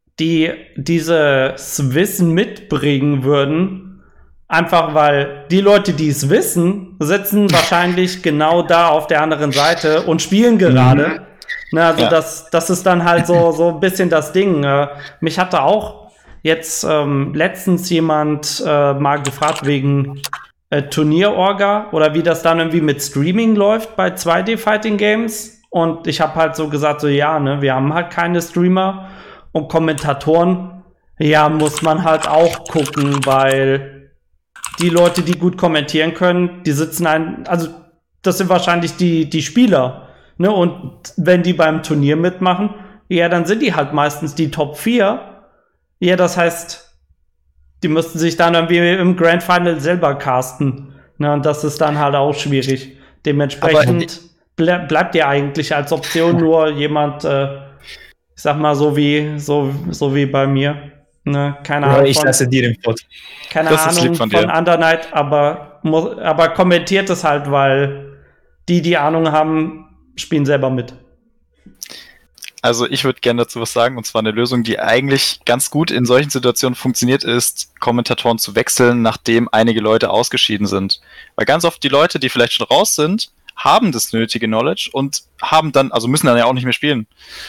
Speaker 1: dieses Wissen mitbringen würden. Einfach weil die Leute, die es wissen, sitzen wahrscheinlich genau da auf der anderen Seite und spielen gerade. Na, also das ist dann halt so ein bisschen das Ding. Mich hatte auch jetzt letztens jemand mal gefragt wegen Turnierorga oder wie das dann irgendwie mit Streaming läuft bei 2D Fighting Games. Und ich habe halt so gesagt, so ja, ne, wir haben halt keine Streamer und Kommentatoren. Ja, muss man halt auch gucken, weil die Leute, die gut kommentieren können, die sitzen also das sind wahrscheinlich die Spieler. Ne, und wenn die beim Turnier mitmachen, ja, dann sind die halt meistens die Top 4. Ja, das heißt, die müssten sich dann irgendwie im Grand Final selber casten. Ne, und das ist dann halt auch schwierig. Dementsprechend bleibt dir eigentlich als Option nur jemand, ich sag mal, so wie bei mir. Ne, keine Ahnung.
Speaker 3: Ich lasse dir den Plot.
Speaker 1: Keine Ahnung von Under Night, aber kommentiert es halt, weil die Ahnung haben, spielen selber mit.
Speaker 4: Also ich würde gerne dazu was sagen, und zwar eine Lösung, die eigentlich ganz gut in solchen Situationen funktioniert, ist, Kommentatoren zu wechseln, nachdem einige Leute ausgeschieden sind. Weil ganz oft die Leute, die vielleicht schon raus sind, haben das nötige Knowledge und haben dann, also müssen dann ja auch nicht mehr spielen.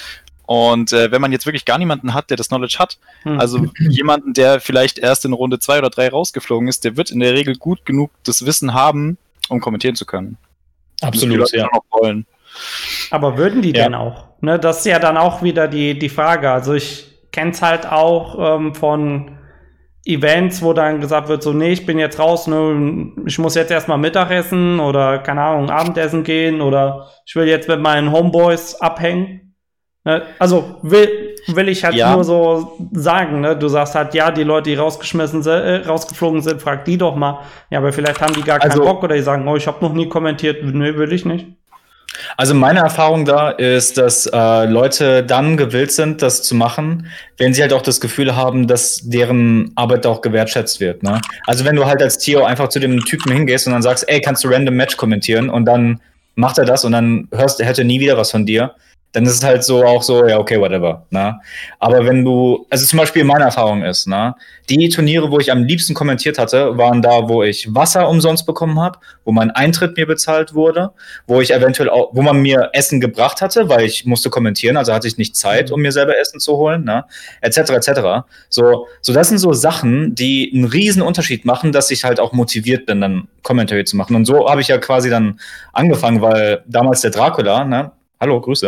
Speaker 4: Und wenn man jetzt wirklich gar niemanden hat, der das Knowledge hat, also jemanden, der vielleicht erst in Runde 2 oder 3 rausgeflogen ist, der wird in der Regel gut genug das Wissen haben, um kommentieren zu können.
Speaker 3: Absolut, ja.
Speaker 4: Wollen.
Speaker 1: Aber würden die denn auch? Ne, das ist ja dann auch wieder die Frage. Also ich kenne es halt auch von Events, wo dann gesagt wird, so, nee, ich bin jetzt raus, ne, ich muss jetzt erstmal Mittagessen oder, keine Ahnung, Abendessen gehen oder ich will jetzt mit meinen Homeboys abhängen. Also will ich halt nur so sagen, ne? Du sagst halt, ja, die Leute, die rausgeflogen sind, frag die doch mal. Ja, aber vielleicht haben die gar keinen Bock oder die sagen, oh, ich habe noch nie kommentiert. Nee, will ich nicht.
Speaker 3: Also meine Erfahrung da ist, dass Leute dann gewillt sind, das zu machen, wenn sie halt auch das Gefühl haben, dass deren Arbeit auch gewertschätzt wird. Ne? Also wenn du halt als TO einfach zu dem Typen hingehst und dann sagst, ey, kannst du Random Match kommentieren und dann macht er das und dann hört er nie wieder was von dir, dann ist es halt so auch so, ja, okay, whatever. Ne? Aber wenn du, also zum Beispiel meine Erfahrung ist, ne, die Turniere, wo ich am liebsten kommentiert hatte, waren da, wo ich Wasser umsonst bekommen habe, wo mein Eintritt mir bezahlt wurde, wo ich eventuell auch, wo man mir Essen gebracht hatte, weil ich musste kommentieren, also hatte ich nicht Zeit, um mir selber Essen zu holen, ne, etc., etc. So das sind so Sachen, die einen riesen Unterschied machen, dass ich halt auch motiviert bin, dann Commentary zu machen. Und so habe ich ja quasi dann angefangen, weil damals der Dracula, ne, hallo, Grüße.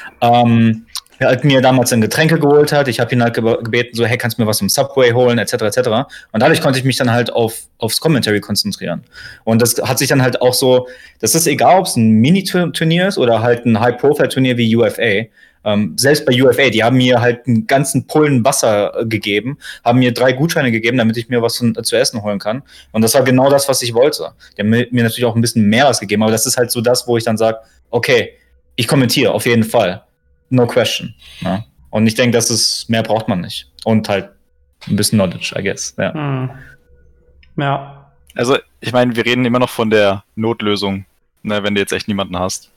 Speaker 3: Er hat mir damals dann Getränke geholt hat. Ich habe ihn halt gebeten, so, hey, kannst du mir was im Subway holen, etc., etc. Und dadurch konnte ich mich dann halt aufs Commentary konzentrieren. Und das hat sich dann halt auch so, das ist egal, ob es ein Mini-Turnier ist oder halt ein High-Profile-Turnier wie UFA. Selbst bei UFA, die haben mir halt einen ganzen Pullen Wasser gegeben, haben mir 3 Gutscheine gegeben, damit ich mir was zu essen holen kann. Und das war genau das, was ich wollte. Die haben mir natürlich auch ein bisschen mehr was gegeben, aber das ist halt so das, wo ich dann sage, okay, ich kommentiere, auf jeden Fall. No question. Ja. Und ich denke, mehr braucht man nicht. Und halt ein bisschen Knowledge, I guess. Ja.
Speaker 1: Ja.
Speaker 4: Also, ich meine, wir reden immer noch von der Notlösung, ne, wenn du jetzt echt niemanden hast.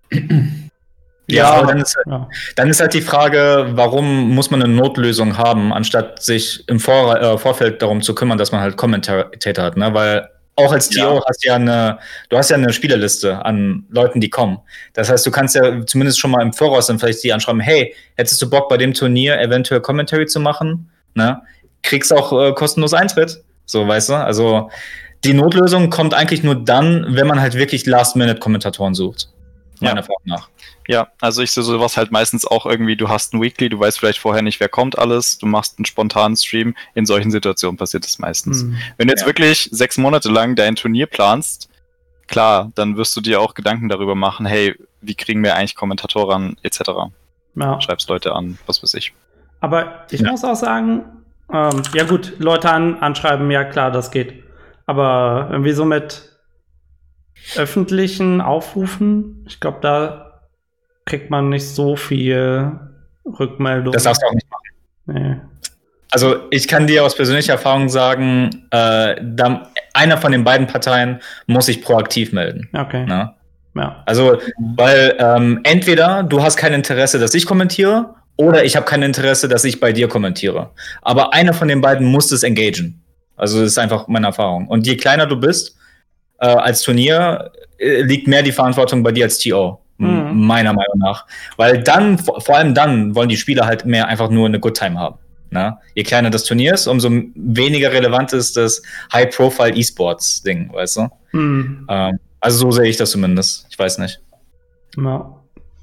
Speaker 3: Ja, aber dann ist halt die Frage, warum muss man eine Notlösung haben, anstatt sich im Vorfeld darum zu kümmern, dass man halt Commentator hat, ne? Weil auch als TO hast du hast ja eine Spielerliste an Leuten, die kommen. Das heißt, du kannst ja zumindest schon mal im Voraus dann vielleicht die anschreiben, hey, hättest du Bock bei dem Turnier eventuell Commentary zu machen? Ne? Kriegst auch kostenlos Eintritt. So, weißt du? Also die Notlösung kommt eigentlich nur dann, wenn man halt wirklich Last-Minute-Kommentatoren sucht. Meiner Erfahrung nach. Ja, also ich sehe sowas halt meistens auch irgendwie, du hast ein Weekly, du weißt vielleicht vorher nicht, wer kommt alles, du machst einen spontanen Stream, in solchen Situationen passiert das meistens. Wenn du jetzt wirklich 6 Monate lang dein Turnier planst, klar, dann wirst du dir auch Gedanken darüber machen, hey, wie kriegen wir eigentlich Kommentatoren etc. Ja. Schreibst Leute an, was weiß ich.
Speaker 1: Aber ich muss auch sagen, ja gut, Leute anschreiben, ja klar, das geht. Aber irgendwie so mit öffentlichen Aufrufen, ich glaube, da kriegt man nicht so viel Rückmeldung.
Speaker 3: Das darfst du auch nicht machen. Nee. Also ich kann dir aus persönlicher Erfahrung sagen, einer von den beiden Parteien muss sich proaktiv melden.
Speaker 1: Okay.
Speaker 3: Na? Ja. Also, weil entweder du hast kein Interesse, dass ich kommentiere, oder ich habe kein Interesse, dass ich bei dir kommentiere. Aber einer von den beiden muss das engagen. Also das ist einfach meine Erfahrung. Und je kleiner du bist, als Turnier, liegt mehr die Verantwortung bei dir als TO. Meiner Meinung nach. Weil dann, vor allem dann, wollen die Spieler halt mehr einfach nur eine Good Time haben. Na? Je kleiner das Turnier ist, umso weniger relevant ist das High-Profile E-Sports-Ding, weißt du? Also so sehe ich das zumindest. Ich weiß nicht.
Speaker 1: Ja.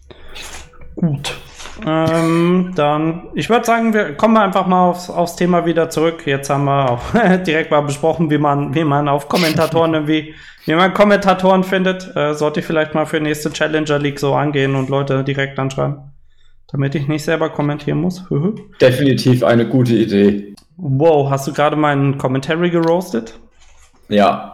Speaker 1: Gut. Dann, ich würde sagen, wir kommen einfach mal aufs Thema wieder zurück. Jetzt haben wir auch direkt mal besprochen, wie man auf Kommentatoren wie man Kommentatoren findet. Sollte ich vielleicht mal für nächste Challenger League so angehen und Leute direkt anschreiben, damit ich nicht selber kommentieren muss.
Speaker 2: Definitiv eine gute Idee.
Speaker 1: Wow, hast du gerade meinen Commentary geroastet?
Speaker 2: Ja.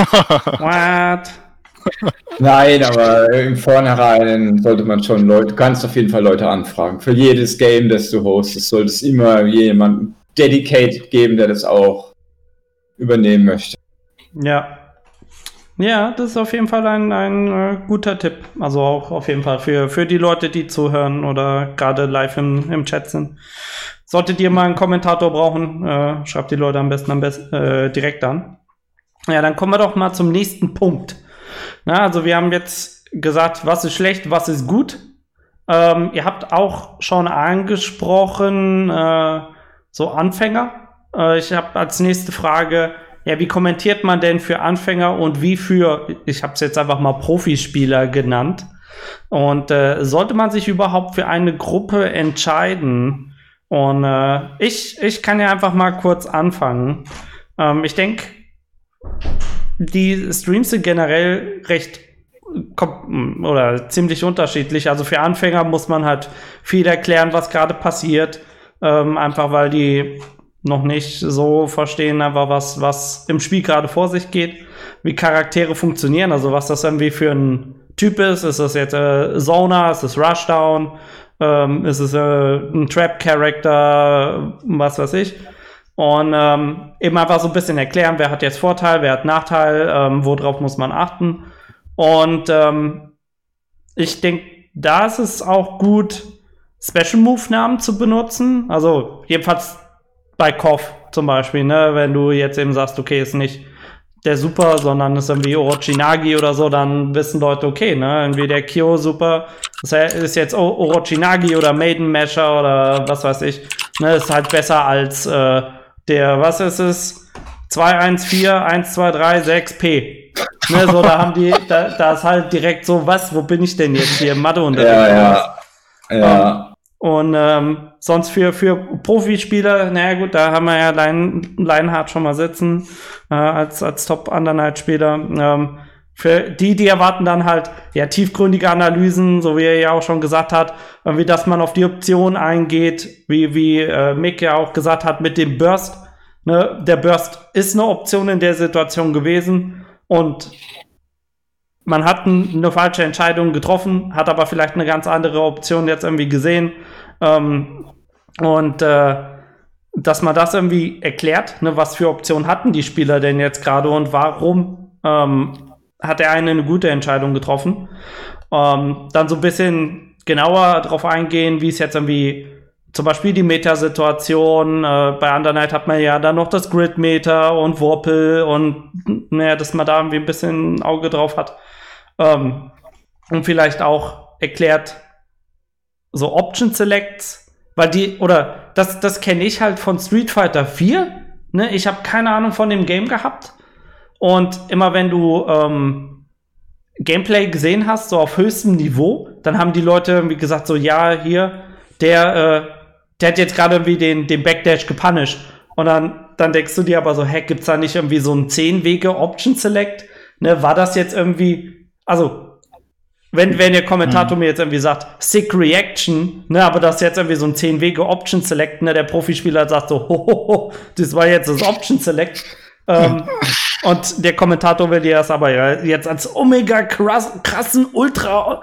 Speaker 1: What?
Speaker 2: Nein, aber im Vornherein sollte man schon du kannst auf jeden Fall Leute anfragen. Für jedes Game, das du hostest, sollte es immer jemanden dedicated geben, der das auch übernehmen möchte.
Speaker 1: Ja. Ja, das ist auf jeden Fall ein guter Tipp. Also auch auf jeden Fall für die Leute, die zuhören oder gerade live im Chat sind. Solltet ihr mal einen Kommentator brauchen, schreibt die Leute am besten direkt an. Ja, dann kommen wir doch mal zum nächsten Punkt. Na, also wir haben jetzt gesagt, was ist schlecht, was ist gut. Ihr habt auch schon angesprochen, so Anfänger. Ich habe als nächste Frage, ja, wie kommentiert man denn für Anfänger und wie für, ich habe es jetzt einfach mal Profispieler genannt. Und sollte man sich überhaupt für eine Gruppe entscheiden? Und ich kann ja einfach mal kurz anfangen. Ich denke, die Streams sind generell recht oder ziemlich unterschiedlich. Also für Anfänger muss man halt viel erklären, was gerade passiert. Einfach weil die noch nicht so verstehen, aber was im Spiel gerade vor sich geht, wie Charaktere funktionieren, also was das irgendwie für ein Typ ist. Ist das jetzt Zona, ist es Rushdown, ist es ein Trap-Charakter, was weiß ich. Und eben einfach so ein bisschen erklären, wer hat jetzt Vorteil, wer hat Nachteil, worauf muss man achten. Und ich denke, da ist es auch gut, Special-Move-Namen zu benutzen. Also jedenfalls bei KOF zum Beispiel, ne? Wenn du jetzt eben sagst, okay, ist nicht der Super, sondern ist irgendwie Orochinagi oder so, dann wissen Leute, okay, ne? Irgendwie der Kyo Super ist jetzt Orochinagi oder Maiden Masher oder was weiß ich. Ne? Ist halt besser als der, was ist es? 2141236P. Ne, so, da haben die, da ist halt direkt so, wo bin ich denn jetzt hier? Matheunterricht.
Speaker 2: Ja.
Speaker 1: Und sonst für Profispieler, naja gut, da haben wir ja Lionheart schon mal sitzen, als Top-Undernight-Spieler. Für die erwarten dann halt ja tiefgründige Analysen, so wie er ja auch schon gesagt hat, irgendwie, dass man auf die Option eingeht, wie Mick ja auch gesagt hat, mit dem Burst. Ne? Der Burst ist eine Option in der Situation gewesen und man hat eine falsche Entscheidung getroffen, hat aber vielleicht eine ganz andere Option jetzt irgendwie gesehen. Dass man das irgendwie erklärt, ne, was für Optionen hatten die Spieler denn jetzt gerade und warum hat der eine gute Entscheidung getroffen. Dann so ein bisschen genauer darauf eingehen, wie es jetzt irgendwie zum Beispiel die Meta-Situation, bei Undernight hat man ja dann noch das Grid-Meter und Warple und naja, dass man da irgendwie ein bisschen ein Auge drauf hat. Und vielleicht auch erklärt so Option Selects, weil das kenne ich halt von Street Fighter 4, ne? Ich habe keine Ahnung von dem Game gehabt und immer wenn du Gameplay gesehen hast, so auf höchstem Niveau, dann haben die Leute irgendwie gesagt so, ja, hier, der hat jetzt gerade irgendwie den Backdash gepunished und dann denkst du dir aber so, gibt's da nicht irgendwie so ein 10-Wege Option Select? Ne, war das jetzt irgendwie, also, wenn der Kommentator mir jetzt irgendwie sagt, Sick Reaction, ne, aber das ist jetzt irgendwie so ein 10-Wege Option Select, ne, der Profispieler sagt so, ho, das war jetzt das Option Select. Und der Kommentator will dir das aber ja jetzt als Omega krassen Ultra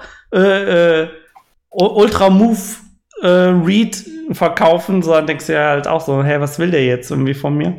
Speaker 1: Move Read verkaufen, so dann denkst du ja halt auch so, was will der jetzt irgendwie von mir?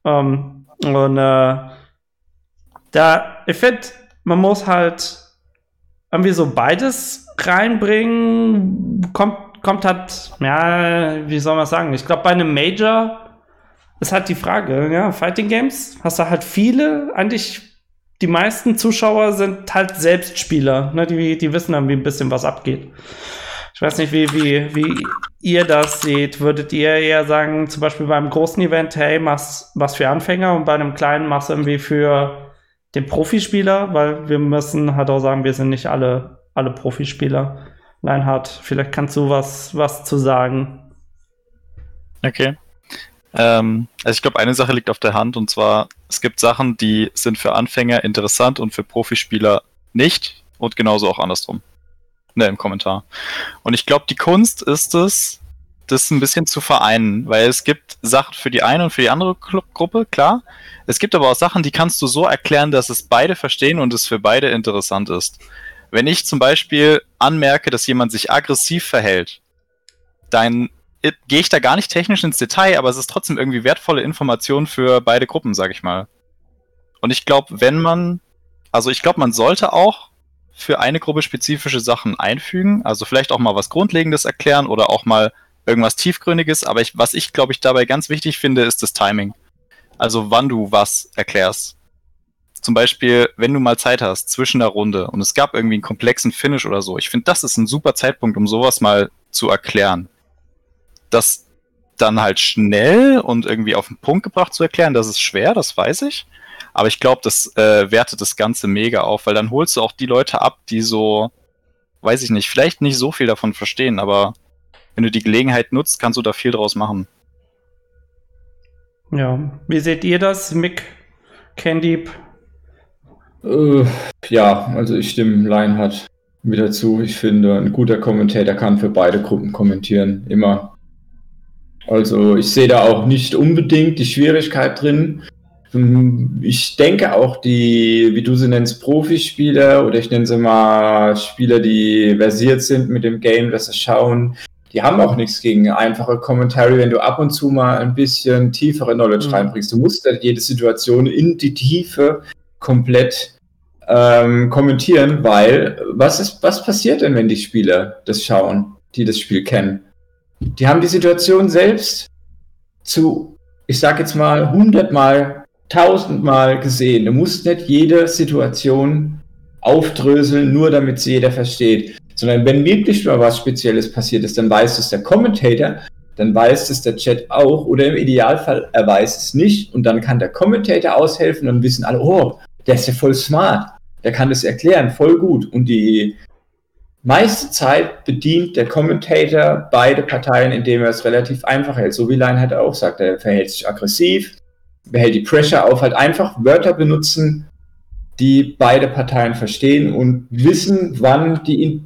Speaker 1: Ich finde, man muss halt irgendwie so beides reinbringen. Kommt halt, ja, wie soll man sagen? Ich glaube, bei einem Major ist halt die Frage, ja, Fighting Games, hast du halt viele, eigentlich die meisten Zuschauer sind halt Selbstspieler, ne, die wissen dann, wie ein bisschen was abgeht. Ich weiß nicht, wie ihr das seht. Würdet ihr eher sagen, zum Beispiel beim großen Event, machst was für Anfänger und bei einem kleinen machst irgendwie für den Profispieler? Weil wir müssen halt auch sagen, wir sind nicht alle Profispieler. Lionheart, vielleicht kannst du was zu sagen.
Speaker 4: Okay. Also ich glaube, eine Sache liegt auf der Hand, und zwar, es gibt Sachen, die sind für Anfänger interessant und für Profispieler nicht, und genauso auch andersrum. Ne, im Kommentar. Und ich glaube, die Kunst ist es, das ein bisschen zu vereinen, weil es gibt Sachen für die eine und für die andere Gruppe, klar. Es gibt aber auch Sachen, die kannst du so erklären, dass es beide verstehen und es für beide interessant ist. Wenn ich zum Beispiel anmerke, dass jemand sich aggressiv verhält, dann gehe ich da gar nicht technisch ins Detail, aber es ist trotzdem irgendwie wertvolle Information für beide Gruppen, sag ich mal. Und ich glaube, man sollte auch für eine Gruppe spezifische Sachen einfügen, also vielleicht auch mal was Grundlegendes erklären oder auch mal irgendwas Tiefgründiges, aber was ich dabei ganz wichtig finde, ist das Timing. Also wann du was erklärst. zum Beispiel, wenn du mal Zeit hast zwischen der Runde und es gab irgendwie einen komplexen Finish oder so, ich finde, das ist ein super Zeitpunkt, um sowas mal zu erklären. Das dann halt schnell und irgendwie auf den Punkt gebracht zu erklären, das ist schwer, das weiß ich. Aber ich glaube, das wertet das Ganze mega auf, weil dann holst du auch die Leute ab, die so, weiß ich nicht, vielleicht nicht so viel davon verstehen, aber wenn du die Gelegenheit nutzt, kannst du da viel draus machen.
Speaker 1: Ja, wie seht ihr das, Mick, Candeep?
Speaker 2: Ja, also ich stimme Leinhardt wieder zu. Ich finde, ein guter Kommentator kann für beide Gruppen kommentieren, immer. Also ich sehe da auch nicht unbedingt die Schwierigkeit drin. Ich denke auch die, wie du sie nennst, Profispieler oder ich nenne sie mal Spieler, die versiert sind mit dem Game, das sie schauen, die haben auch nichts gegen einfache Commentary, wenn du ab und zu mal ein bisschen tiefere Knowledge reinbringst. Du musst halt jede Situation in die Tiefe komplett kommentieren, weil was passiert denn, wenn die Spieler das schauen, die das Spiel kennen? Die haben die Situation selbst ich sag jetzt mal 100 Mal, 1000 Mal gesehen. Du musst nicht jede Situation aufdröseln, nur damit sie jeder versteht. Sondern wenn wirklich mal was Spezielles passiert ist, dann weiß es der Commentator, dann weiß es der Chat auch, oder im Idealfall er weiß es nicht und dann kann der Commentator aushelfen und wissen alle, oh, der ist ja voll smart, der kann das erklären, voll gut. Und die meiste Zeit bedient der Commentator beide Parteien, indem er es relativ einfach hält, so wie Leinhardt auch sagt, er verhält sich aggressiv, behält die Pressure auf, halt einfach Wörter benutzen, die beide Parteien verstehen und wissen, wann die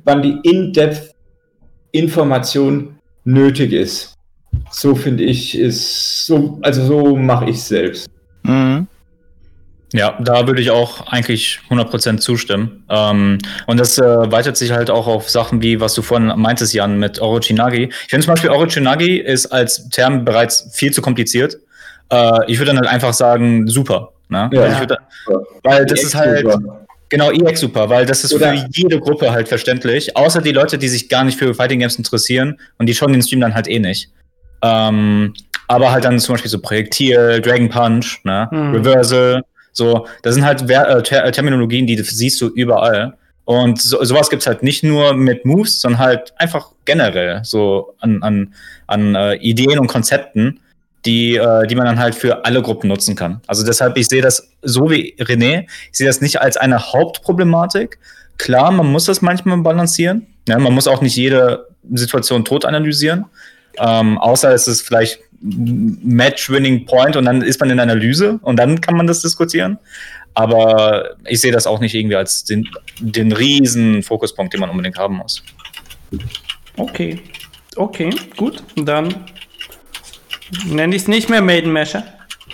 Speaker 2: In-Depth-Information nötig ist. So finde ich, so mache ich es selbst.
Speaker 3: Mhm. Ja, da würde ich auch eigentlich 100% zustimmen. Und das weitet sich halt auch auf Sachen wie, was du vorhin meintest, Jan, mit Orochi-Nagi. Ich finde zum Beispiel, Orochi-Nagi ist als Term bereits viel zu kompliziert. Ich würde dann halt einfach sagen, super. Ne?
Speaker 2: Ja,
Speaker 3: also weil das ist halt, genau, EX super, weil das ist für jede Gruppe halt verständlich, außer die Leute, die sich gar nicht für Fighting Games interessieren und die schauen den Stream dann halt eh nicht. Aber halt dann zum Beispiel so Projektil, Dragon Punch, ne? Reversal, so, das sind halt Terminologien, die siehst du überall. Und sowas gibt's halt nicht nur mit Moves, sondern halt einfach generell so an Ideen und Konzepten, die man dann halt für alle Gruppen nutzen kann. Also deshalb, ich sehe das so wie René, ich sehe das nicht als eine Hauptproblematik. Klar, man muss das manchmal balancieren. Ja, man muss auch nicht jede Situation tot analysieren. Außer es ist vielleicht Match-Winning Point und dann ist man in Analyse und dann kann man das diskutieren. Aber ich sehe das auch nicht irgendwie als den riesen Fokuspunkt, den man unbedingt haben muss.
Speaker 1: Okay, gut. Und dann nenne ich es nicht mehr Maiden Masher.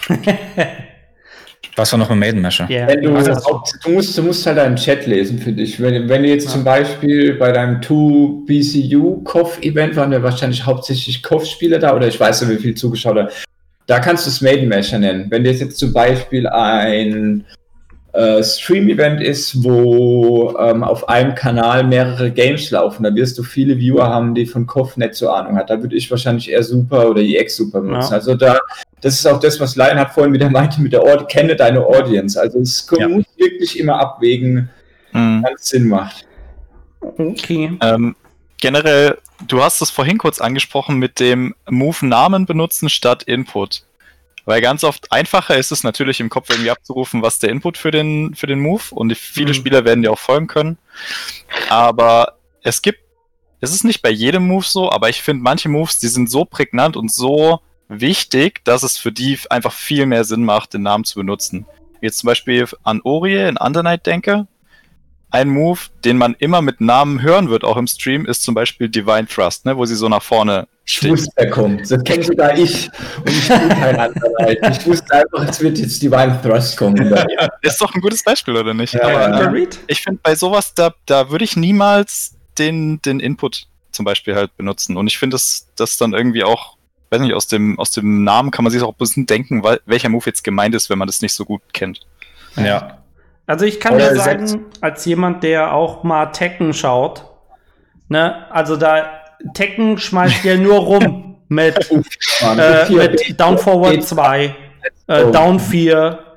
Speaker 3: Was war noch ein Maiden Masher?
Speaker 1: Yeah.
Speaker 2: Du musst halt deinen Chat lesen, finde ich. Wenn du jetzt zum Beispiel bei deinem 2BCU KOF-Event waren ja wahrscheinlich hauptsächlich KOF-Spieler da, oder ich weiß nicht, wie viel Zuschauer da kannst du es Maiden Masher nennen. Wenn das jetzt zum Beispiel ein Stream-Event ist, wo auf einem Kanal mehrere Games laufen, da wirst du viele Viewer haben, die von KOF nicht so Ahnung hat. Da würde ich wahrscheinlich eher Super oder EX Super benutzen. Ja. Also das ist auch das, was Leinhardt vorhin wieder meinte mit der kenne deine Audience. Also es muss wirklich immer abwägen, wann es Sinn macht.
Speaker 1: Okay.
Speaker 4: Generell, du hast es vorhin kurz angesprochen mit dem Move-Namen benutzen statt Input. Weil ganz oft einfacher ist es natürlich im Kopf irgendwie abzurufen, was der Input für den Move, und viele Spieler werden dir auch folgen können. Aber es ist nicht bei jedem Move so, aber ich finde manche Moves, die sind so prägnant und so wichtig, dass es für die einfach viel mehr Sinn macht, den Namen zu benutzen. Jetzt zum Beispiel an Orie in Undernight denke. Ein Move, den man immer mit Namen hören wird, auch im Stream, ist zum Beispiel Divine Thrust, ne, wo sie so nach vorne steht.
Speaker 2: Ich wusste, er kommt. Das kennt sogar ich. Und ich bin kein anderer. Ich wusste einfach, es wird jetzt Divine Thrust kommen.
Speaker 4: Ist doch ein gutes Beispiel, oder nicht?
Speaker 2: Ja,
Speaker 4: aber ich finde, bei sowas, da würde ich niemals den Input zum Beispiel halt benutzen. Und ich finde, das dann irgendwie auch, weiß nicht, aus dem Namen kann man sich auch ein bisschen denken, welcher Move jetzt gemeint ist, wenn man das nicht so gut kennt.
Speaker 3: Ja.
Speaker 1: Also ich kann dir sagen, als jemand, der auch mal Tekken schaut, ne, also Tekken schmeißt ja nur rum mit Down Forward 2, Down 4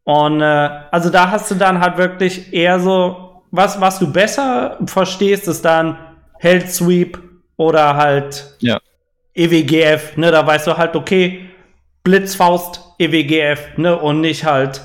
Speaker 1: Und also da hast du dann halt wirklich eher so, was du besser verstehst, ist dann Held Sweep oder halt EWGF, ne, da weißt du halt, okay, Blitzfaust, EWGF, ne, und nicht halt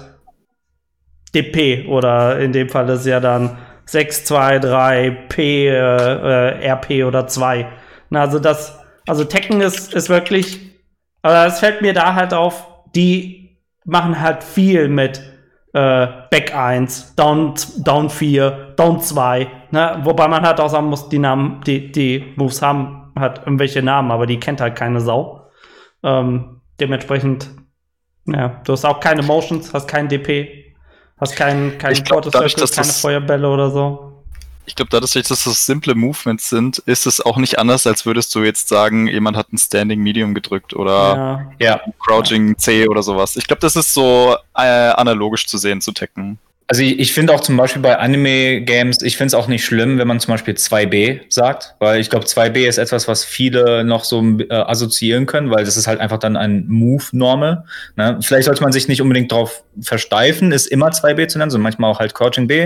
Speaker 1: DP oder in dem Fall ist ja dann 6, 2, 3, P, RP oder 2. Na, also Tekken ist wirklich, aber es fällt mir da halt auf, die machen halt viel mit Back 1, Down 4, Down 2, ne? Wobei man halt auch sagen muss, die Namen, die Moves haben halt irgendwelche Namen, aber die kennt halt keine Sau. Dementsprechend, ja, du hast auch keine Motions, hast kein DP, hast keinen Quarter Circle, keine Feuerbälle oder so.
Speaker 4: Ich glaube, dadurch, dass das simple Movements sind, ist es auch nicht anders, als würdest du jetzt sagen, jemand hat ein Standing Medium gedrückt oder Crouching C oder sowas. Ich glaube, das ist so analogisch zu sehen zu Tekken.
Speaker 3: Also ich finde auch zum Beispiel bei Anime-Games, ich finde es auch nicht schlimm, wenn man zum Beispiel 2B sagt, weil ich glaube, 2B ist etwas, was viele noch so assoziieren können, weil das ist halt einfach dann ein Move-Normal. Ne? Vielleicht sollte man sich nicht unbedingt darauf versteifen, ist immer 2B zu nennen, sondern manchmal auch halt Crouching B.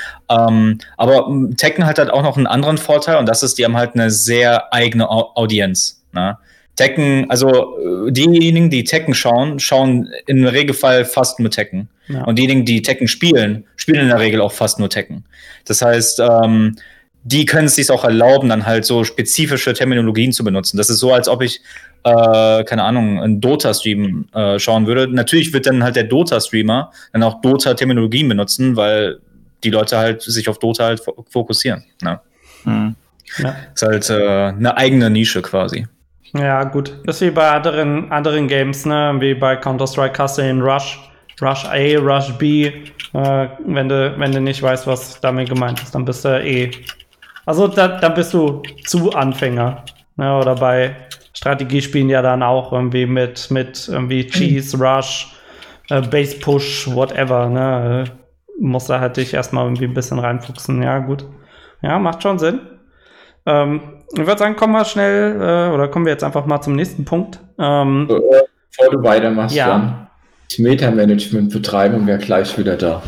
Speaker 3: Aber Tekken hat halt auch noch einen anderen Vorteil und das ist, die haben halt eine sehr eigene Audienz. Ne? Tekken, also diejenigen, die Tekken schauen im Regelfall fast nur Tekken. Ja. Und diejenigen, die Tekken spielen in der Regel auch fast nur Tekken. Das heißt, die können es sich auch erlauben, dann halt so spezifische Terminologien zu benutzen. Das ist so, als ob ich, keine Ahnung, einen Dota-Stream schauen würde. Natürlich wird dann halt der Dota-Streamer dann auch Dota-Terminologien benutzen, weil die Leute halt sich auf Dota halt fokussieren. Ne? Ja. Ist halt eine eigene Nische quasi.
Speaker 1: Ja, gut. Das ist wie bei anderen Games, ne? Wie bei Counter-Strike hast du den Rush A, Rush B. Wenn du nicht weißt, was damit gemeint ist, dann bist du also dann bist du zu Anfänger. Ne? Oder bei Strategiespielen ja dann auch irgendwie mit irgendwie Cheese, Rush, Base Push, whatever. Ne? Musst da halt dich erstmal irgendwie ein bisschen reinfuchsen. Ja, gut. Ja, macht schon Sinn. Ich würde sagen, kommen wir jetzt einfach mal zum nächsten Punkt.
Speaker 2: Bevor du weitermachst, dann das Meta-Management betreiben und wäre gleich wieder da.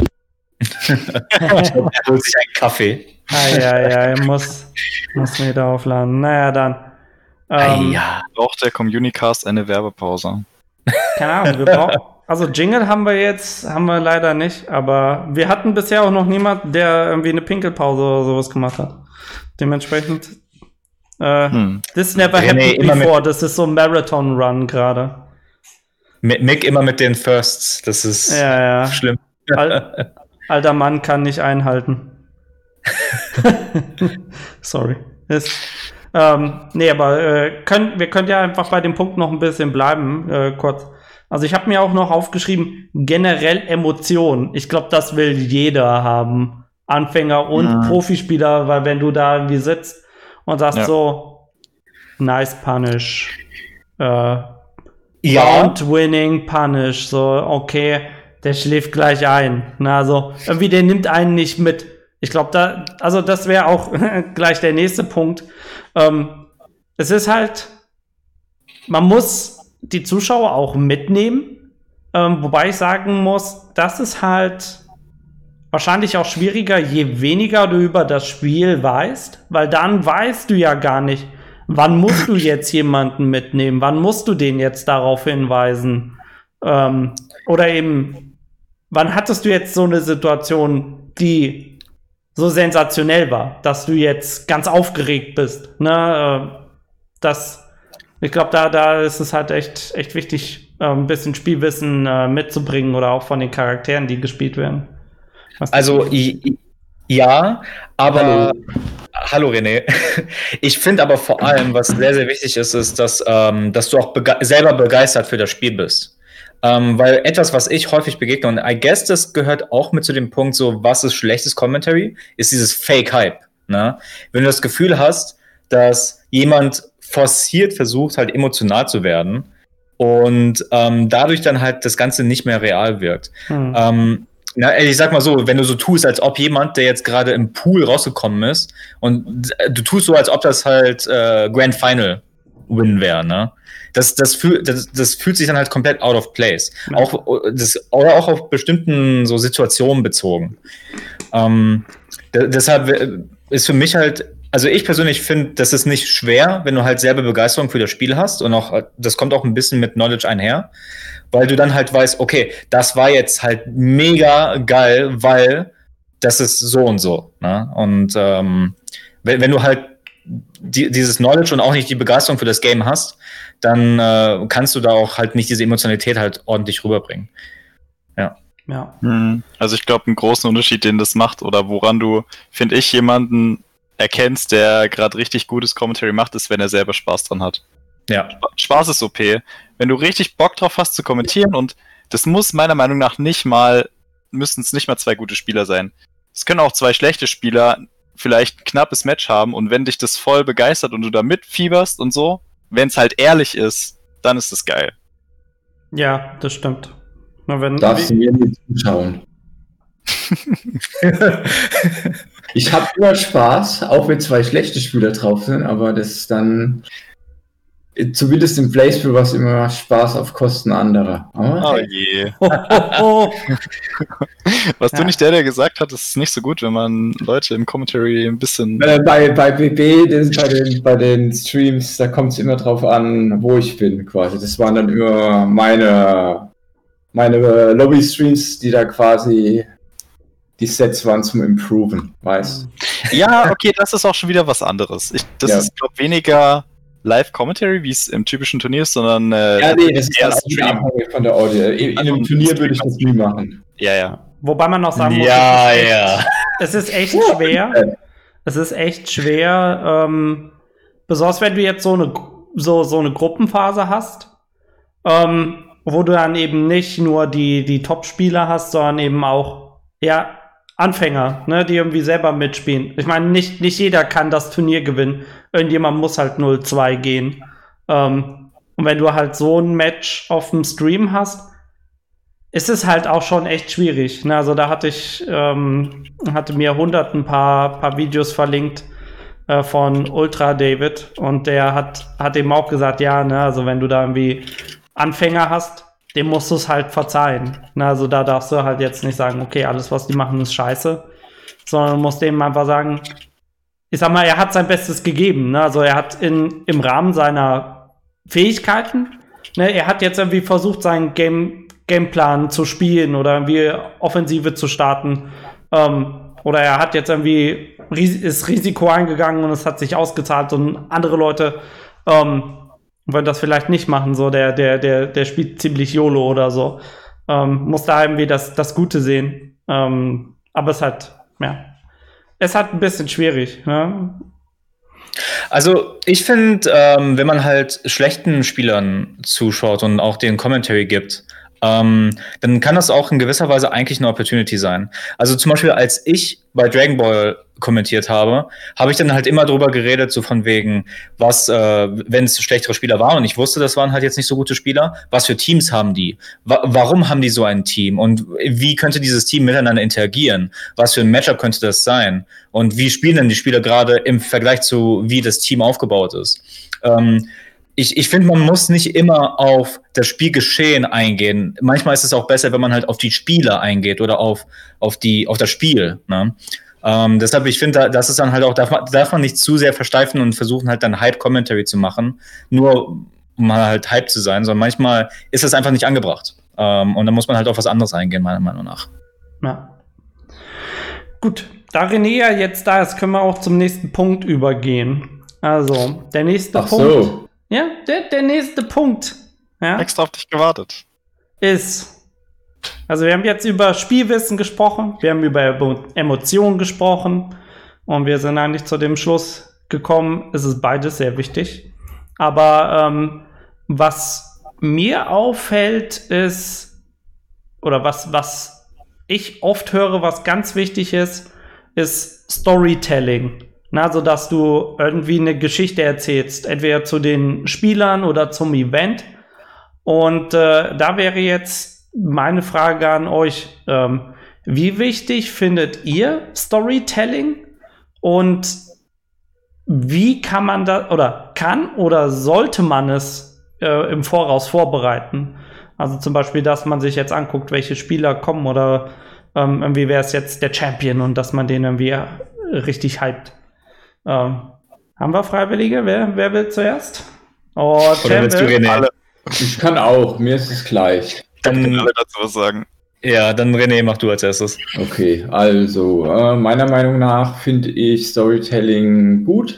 Speaker 3: Er holt sich einen Kaffee.
Speaker 1: Ja, muss wieder aufladen. Naja, dann.
Speaker 4: Braucht der Communicast eine Werbepause?
Speaker 1: Keine Ahnung, also Jingle haben wir leider nicht, aber wir hatten bisher auch noch niemanden, der irgendwie eine Pinkelpause oder sowas gemacht hat. Dementsprechend this never happened before. Das ist so ein Marathon-Run gerade.
Speaker 3: Mick immer mit den Firsts. Das ist schlimm.
Speaker 1: Alter Mann kann nicht einhalten. Sorry. Aber wir können ja einfach bei dem Punkt noch ein bisschen bleiben, kurz. Also ich habe mir auch noch aufgeschrieben, generell Emotionen. Ich glaube, das will jeder haben. Anfänger und Profispieler, weil wenn du da irgendwie sitzt und sagst so, nice Punish, Round-winning Punish, so, okay, der schläft gleich ein. Na, also, irgendwie, der nimmt einen nicht mit. Ich glaube, das wäre auch gleich der nächste Punkt. Es ist halt, man muss die Zuschauer auch mitnehmen, wobei ich sagen muss, das ist halt wahrscheinlich auch schwieriger, je weniger du über das Spiel weißt, weil dann weißt du ja gar nicht, wann musst du jetzt jemanden mitnehmen, wann musst du den jetzt darauf hinweisen, oder eben, wann hattest du jetzt so eine Situation, die so sensationell war, dass du jetzt ganz aufgeregt bist, ne? Ich glaube, da ist es halt echt wichtig, ein bisschen Spielwissen mitzubringen oder auch von den Charakteren, die gespielt werden.
Speaker 3: Also, ja, aber hallo René. Ich finde aber vor allem, was sehr, sehr wichtig ist, dass du auch selber begeistert für das Spiel bist. Weil etwas, was ich häufig begegne, und I guess das gehört auch mit zu dem Punkt, so, was ist schlechtes Commentary, ist dieses Fake-Hype. Ne? Wenn du das Gefühl hast, dass jemand forciert versucht, halt emotional zu werden und dadurch dann halt das Ganze nicht mehr real wirkt. Ich sag mal so, wenn du so tust, als ob jemand, der jetzt gerade im Pool rausgekommen ist und du tust so, als ob das halt Grand Final Win wäre, ne? Das fühlt sich dann halt komplett out of place.
Speaker 1: Ja.
Speaker 3: Auch auf bestimmten so Situationen bezogen. Deshalb ist für mich halt, also ich persönlich finde, das ist nicht schwer, wenn du halt selber Begeisterung für das Spiel hast und auch, das kommt auch ein bisschen mit Knowledge einher, weil du dann halt weißt, okay, das war jetzt halt mega geil, weil das ist so und so, ne? Und wenn du halt dieses Knowledge und auch nicht die Begeisterung für das Game hast, dann kannst du da auch halt nicht diese Emotionalität halt ordentlich rüberbringen. Ja.
Speaker 1: Ja.
Speaker 4: Also ich glaube, einen großen Unterschied, den das macht oder woran du, finde ich, jemanden erkennst, der gerade richtig gutes Commentary macht, ist, wenn er selber Spaß dran hat.
Speaker 3: Ja.
Speaker 4: Spaß ist OP. Wenn du richtig Bock drauf hast zu kommentieren, und das muss meiner Meinung nach müssen es nicht mal 2 gute Spieler sein. Es können auch 2 schlechte Spieler vielleicht ein knappes Match haben, und wenn dich das voll begeistert und du da mitfieberst und so, wenn es halt ehrlich ist, dann ist es geil.
Speaker 1: Ja, das stimmt.
Speaker 2: Darfst du mir nicht zuschauen? Ich habe immer Spaß, auch wenn 2 schlechte Spieler drauf sind, aber das ist dann zumindest im Playspiel was immer Spaß auf Kosten anderer.
Speaker 4: Oh je.
Speaker 1: Oh.
Speaker 4: Was du nicht der gesagt hat, ist nicht so gut, wenn man Leute im Commentary ein bisschen...
Speaker 2: Bei BB, bei den Streams, da kommt es immer drauf an, wo ich bin quasi. Das waren dann immer meine Lobby-Streams, die da quasi die Sets waren zum Improven, weißt du?
Speaker 4: Ja, okay, das ist auch schon wieder was anderes. Das ist, glaube ich, weniger Live-Commentary, wie es im typischen Turnier ist, sondern
Speaker 2: das ist eher abhängig von der Audio. In einem Turnier würde ich das nie machen.
Speaker 4: Ja.
Speaker 1: Wobei man noch sagen muss, es ist echt schwer. Es ist echt schwer, besonders wenn du jetzt so eine Gruppenphase hast, wo du dann eben nicht nur die Top-Spieler hast, sondern eben auch Anfänger, ne, die irgendwie selber mitspielen. Ich meine, nicht jeder kann das Turnier gewinnen. Irgendjemand muss halt 0-2 gehen. Und wenn du halt so ein Match auf dem Stream hast, ist es halt auch schon echt schwierig. Ne? Also da hatte mir 100 ein paar Videos verlinkt von Ultra David, und der hat eben auch gesagt, also wenn du da irgendwie Anfänger hast, dem musst du es halt verzeihen. Na, also da darfst du halt jetzt nicht sagen, okay, alles, was die machen, ist scheiße. Sondern du musst dem einfach sagen, ich sag mal, er hat sein Bestes gegeben. Ne? Also er hat im Rahmen seiner Fähigkeiten, ne, er hat jetzt irgendwie versucht, seinen Gameplan zu spielen oder irgendwie Offensive zu starten. Oder er hat jetzt irgendwie ist Risiko eingegangen und es hat sich ausgezahlt, und andere Leute wollen das vielleicht nicht machen, so der spielt ziemlich YOLO oder so. Muss da irgendwie das Gute sehen. Aber es hat ein bisschen schwierig. Ne?
Speaker 3: Also ich finde, wenn man halt schlechten Spielern zuschaut und auch den Commentary gibt, dann kann das auch in gewisser Weise eigentlich eine Opportunity sein. Also zum Beispiel, als ich bei Dragon Ball kommentiert habe ich dann halt immer drüber geredet, so von wegen, was, wenn es schlechtere Spieler waren, und ich wusste, das waren halt jetzt nicht so gute Spieler, was für Teams haben die? Warum haben die so ein Team? Und wie könnte dieses Team miteinander interagieren? Was für ein Matchup könnte das sein? Und wie spielen denn die Spieler gerade im Vergleich zu, wie das Team aufgebaut ist? Ich finde, man muss nicht immer auf das Spielgeschehen eingehen. Manchmal ist es auch besser, wenn man halt auf die Spieler eingeht oder auf das Spiel. Ne? Deshalb, ich finde, das ist dann halt auch, darf man nicht zu sehr versteifen und versuchen halt dann Hype-Commentary zu machen, nur um halt Hype zu sein, sondern manchmal ist das einfach nicht angebracht. Und dann muss man halt auf was anderes eingehen, meiner Meinung nach.
Speaker 1: Ja. Gut, da René ja jetzt da ist, können wir auch zum nächsten Punkt übergehen. Also, der nächste Punkt.
Speaker 2: So.
Speaker 1: Ja, der nächste Punkt. Ja,
Speaker 4: Extra auf dich gewartet.
Speaker 1: Also wir haben jetzt über Spielwissen gesprochen, wir haben über Emotionen gesprochen, und wir sind eigentlich zu dem Schluss gekommen, es ist beides sehr wichtig. Aber was mir auffällt ist, oder was ich oft höre, was ganz wichtig ist Storytelling. Also, dass du irgendwie eine Geschichte erzählst, entweder zu den Spielern oder zum Event. Und da wäre jetzt meine Frage an euch, wie wichtig findet ihr Storytelling? Und wie kann man da oder sollte man es im Voraus vorbereiten? Also zum Beispiel, dass man sich jetzt anguckt, welche Spieler kommen oder irgendwie wäre es jetzt der Champion und dass man den irgendwie richtig hypt. Haben wir Freiwillige? Wer will zuerst?
Speaker 3: Oder willst du, René?
Speaker 2: Ich kann auch, mir ist es gleich.
Speaker 4: Dann alle dazu was sagen.
Speaker 3: Ja, dann René, mach du als erstes.
Speaker 2: Okay, also meiner Meinung nach finde ich Storytelling gut.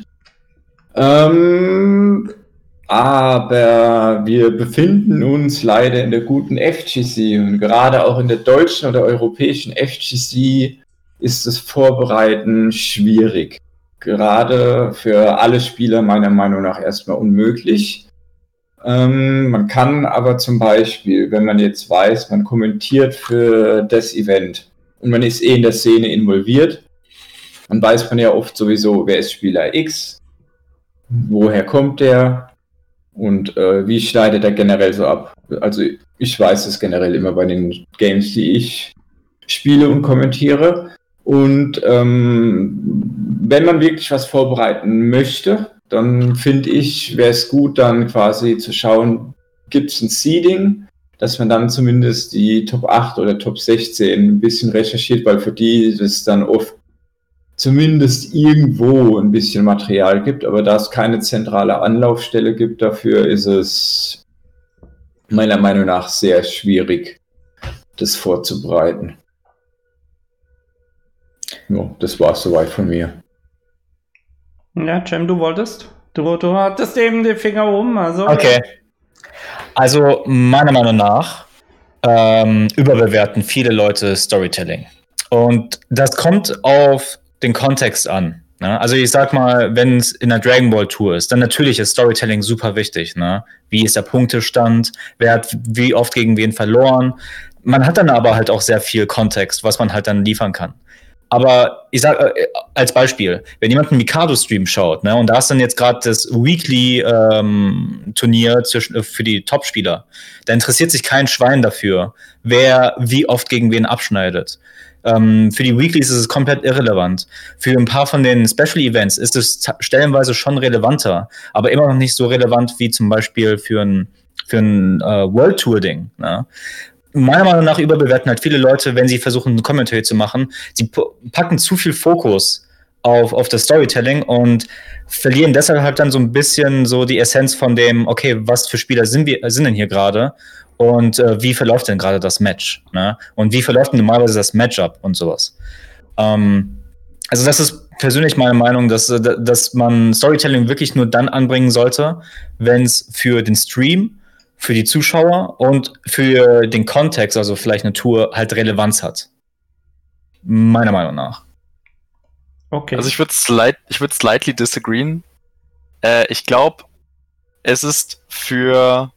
Speaker 2: Aber wir befinden uns leider in der guten FGC und gerade auch in der deutschen oder europäischen FGC ist das Vorbereiten schwierig. Gerade für alle Spieler meiner Meinung nach erstmal unmöglich. Man kann aber zum Beispiel, wenn man jetzt weiß, man kommentiert für das Event und man ist in der Szene involviert, dann weiß man ja oft sowieso, wer ist Spieler X, woher kommt der und wie schneidet er generell so ab. Also ich weiß es generell immer bei den Games, die ich spiele und kommentiere. Und wenn man wirklich was vorbereiten möchte, dann finde ich, wäre es gut, dann quasi zu schauen, gibt es ein Seeding, dass man dann zumindest die Top 8 oder Top 16 ein bisschen recherchiert, weil für die es dann oft zumindest irgendwo ein bisschen Material gibt, aber da es keine zentrale Anlaufstelle gibt dafür, ist es meiner Meinung nach sehr schwierig, das vorzubereiten. Ja, das war es soweit von mir.
Speaker 1: Ja, Cem, du wolltest? Du hattest eben den Finger oben, also.
Speaker 3: Okay. Also, meiner Meinung nach überbewerten viele Leute Storytelling. Und das kommt auf den Kontext an. Ne? Also, ich sag mal, wenn es in einer Dragon Ball Tour ist, dann natürlich ist Storytelling super wichtig. Ne? Wie ist der Punktestand? Wer hat wie oft gegen wen verloren? Man hat dann aber halt auch sehr viel Kontext, was man halt dann liefern kann. Aber ich sage als Beispiel, wenn jemand einen Mikado-Stream schaut, ne, und da ist dann jetzt gerade das Weekly-Turnier für die Top-Spieler, da interessiert sich kein Schwein dafür, wer wie oft gegen wen abschneidet. Für die Weeklies ist es komplett irrelevant. Für ein paar von den Special-Events ist es stellenweise schon relevanter, aber immer noch nicht so relevant wie zum Beispiel für ein World-Tour-Ding. Ne? Meiner Meinung nach überbewerten halt viele Leute, wenn sie versuchen, einen Commentary zu machen. Sie packen zu viel Fokus auf das Storytelling und verlieren deshalb halt dann so ein bisschen so die Essenz von dem, okay, was für Spieler sind denn hier gerade und wie verläuft denn gerade das Match? Ne? Und wie verläuft denn normalerweise das Matchup und sowas? Also das ist persönlich meine Meinung, dass man Storytelling wirklich nur dann anbringen sollte, wenn es für den Stream, für die Zuschauer und für den Kontext, also vielleicht eine Tour, halt Relevanz hat. Meiner Meinung nach.
Speaker 1: Okay.
Speaker 4: Also ich würde slightly disagreeen. Ich glaube, es ist für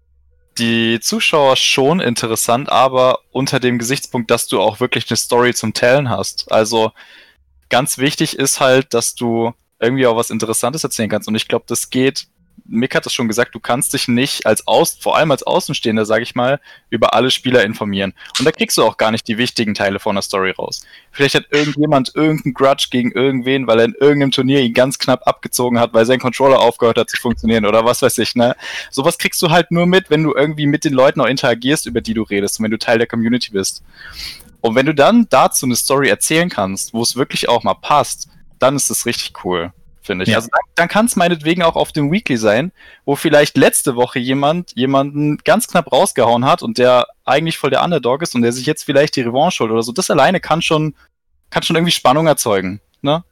Speaker 4: die Zuschauer schon interessant, aber unter dem Gesichtspunkt, dass du auch wirklich eine Story zum Tellen hast. Also ganz wichtig ist halt, dass du irgendwie auch was Interessantes erzählen kannst. Und ich glaube, das geht. Mick hat das schon gesagt, du kannst dich nicht vor allem als Außenstehender, sage ich mal, über alle Spieler informieren. Und da kriegst du auch gar nicht die wichtigen Teile von der Story raus. Vielleicht hat irgendjemand irgendeinen Grudge gegen irgendwen, weil er in irgendeinem Turnier ihn ganz knapp abgezogen hat, weil sein Controller aufgehört hat zu funktionieren oder was weiß ich, ne? Sowas kriegst du halt nur mit, wenn du irgendwie mit den Leuten auch interagierst, über die du redest und wenn du Teil der Community bist. Und wenn du dann dazu eine Story erzählen kannst, wo es wirklich auch mal passt, dann ist das richtig cool. Finde ich. Ja. Also dann kann es meinetwegen auch auf dem Weekly sein, wo vielleicht letzte Woche jemanden ganz knapp rausgehauen hat und der eigentlich voll der Underdog ist und der sich jetzt vielleicht die Revanche holt oder so. Das alleine kann schon irgendwie Spannung erzeugen, ne?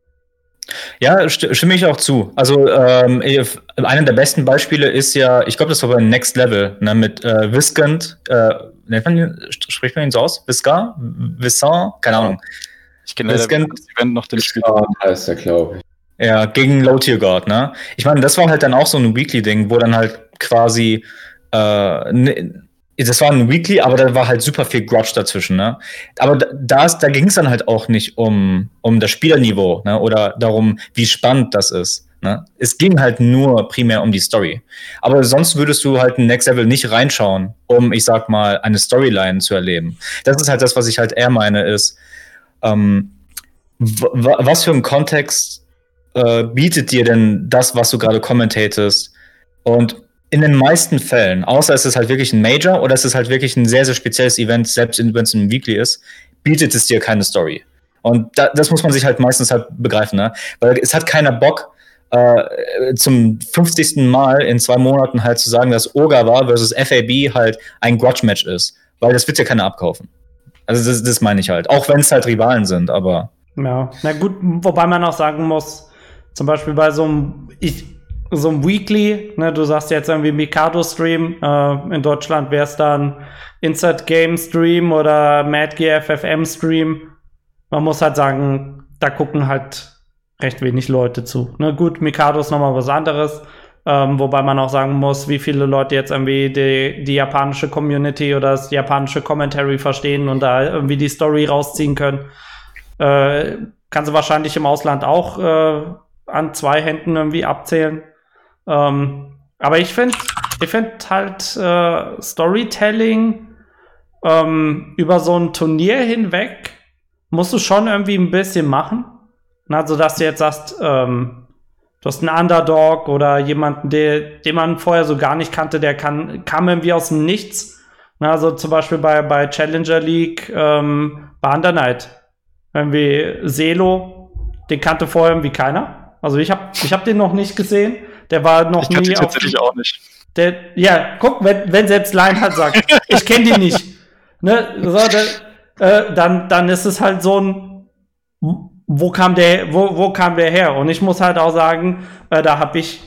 Speaker 3: Ja, stimme ich auch zu. Also einer der besten Beispiele ist ja, ich glaube, das war bei Next Level, ne, mit Viscant, spricht man ihn so aus? Viscant? Keine Ahnung.
Speaker 4: Ich kenne leider das Event noch den Spiel.
Speaker 2: Heißt der, glaube ich.
Speaker 3: Ja, gegen Low Tier God, ne? Ich meine, das war halt dann auch so ein Weekly-Ding, wo dann halt quasi das war ein Weekly, aber da war halt super viel Grudge dazwischen, ne? Aber da ging es dann halt auch nicht um das Spielerniveau, ne? Oder darum, wie spannend das ist. Ne? Es ging halt nur primär um die Story. Aber sonst würdest du halt in Next Level nicht reinschauen, um, ich sag mal, eine Storyline zu erleben. Das ist halt das, was ich halt eher meine, ist, was für ein Kontext bietet dir denn das, was du gerade commentatest? Und in den meisten Fällen, außer es ist halt wirklich ein Major oder es ist halt wirklich ein sehr, sehr spezielles Event, selbst wenn es ein Weekly ist, bietet es dir keine Story. Und das muss man sich halt meistens halt begreifen, ne? Weil es hat keiner Bock, zum 50. Mal in 2 Monaten halt zu sagen, dass Ogawa versus FAB halt ein Grudge-Match ist. Weil das wird ja keiner abkaufen. Also das meine ich halt. Auch wenn es halt Rivalen sind, aber...
Speaker 1: Ja, na gut, wobei man auch sagen muss, zum Beispiel bei so einem Weekly, ne, du sagst jetzt irgendwie Mikado-Stream, in Deutschland wäre es dann Insert-Game-Stream oder Mad Gear FFM-Stream. Man muss halt sagen, da gucken halt recht wenig Leute zu. Ne, gut, Mikado ist nochmal was anderes, wobei man auch sagen muss, wie viele Leute jetzt irgendwie die japanische Community oder das japanische Commentary verstehen und da irgendwie die Story rausziehen können. Kann sie wahrscheinlich im Ausland auch an 2 Händen irgendwie abzählen. Aber ich finde halt Storytelling über so ein Turnier hinweg musst du schon irgendwie ein bisschen machen. Also, dass du jetzt sagst, du hast einen Underdog oder jemanden, den man vorher so gar nicht kannte, der kam irgendwie aus dem Nichts. Also zum Beispiel bei Challenger League, bei Under Night. Irgendwie Selo, den kannte vorher irgendwie keiner. Also ich hab den noch nicht gesehen. Der war noch nie. Ich kannte
Speaker 4: tatsächlich auch nicht.
Speaker 1: Ja, guck, wenn selbst Lionheart sagt, ich kenne den nicht. Ne? So, dann ist es halt so ein, wo kam der her? Und ich muss halt auch sagen, da hab ich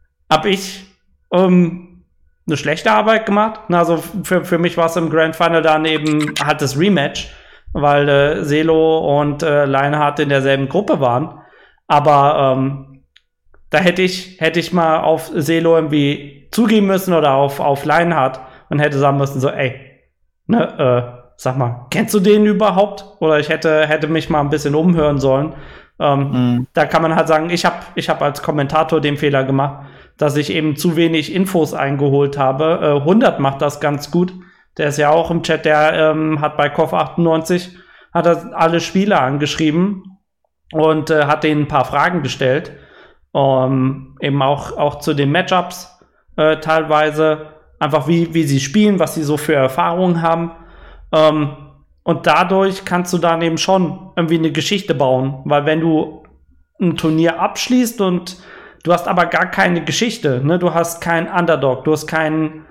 Speaker 1: eine schlechte Arbeit gemacht. Also für mich war es im Grand Final dann eben halt das Rematch, weil Selo und Lionheart in derselben Gruppe waren. Aber da hätte ich mal auf Selo irgendwie zugehen müssen oder auf Lionheart und hätte sagen müssen, so, ey, ne, sag mal, kennst du den überhaupt? Oder ich hätte mich mal ein bisschen umhören sollen. Da kann man halt sagen, ich hab als Kommentator den Fehler gemacht, dass ich eben zu wenig Infos eingeholt habe. 100 macht das ganz gut. Der ist ja auch im Chat, der hat bei KOF98 hat er alle Spieler angeschrieben und hat denen ein paar Fragen gestellt. Eben auch zu den Matchups teilweise. Einfach wie sie spielen, was sie so für Erfahrungen haben. Und dadurch kannst du dann eben schon irgendwie eine Geschichte bauen. Weil wenn du ein Turnier abschließt und du hast aber gar keine Geschichte, ne? Du hast keinen Underdog, du hattest keinen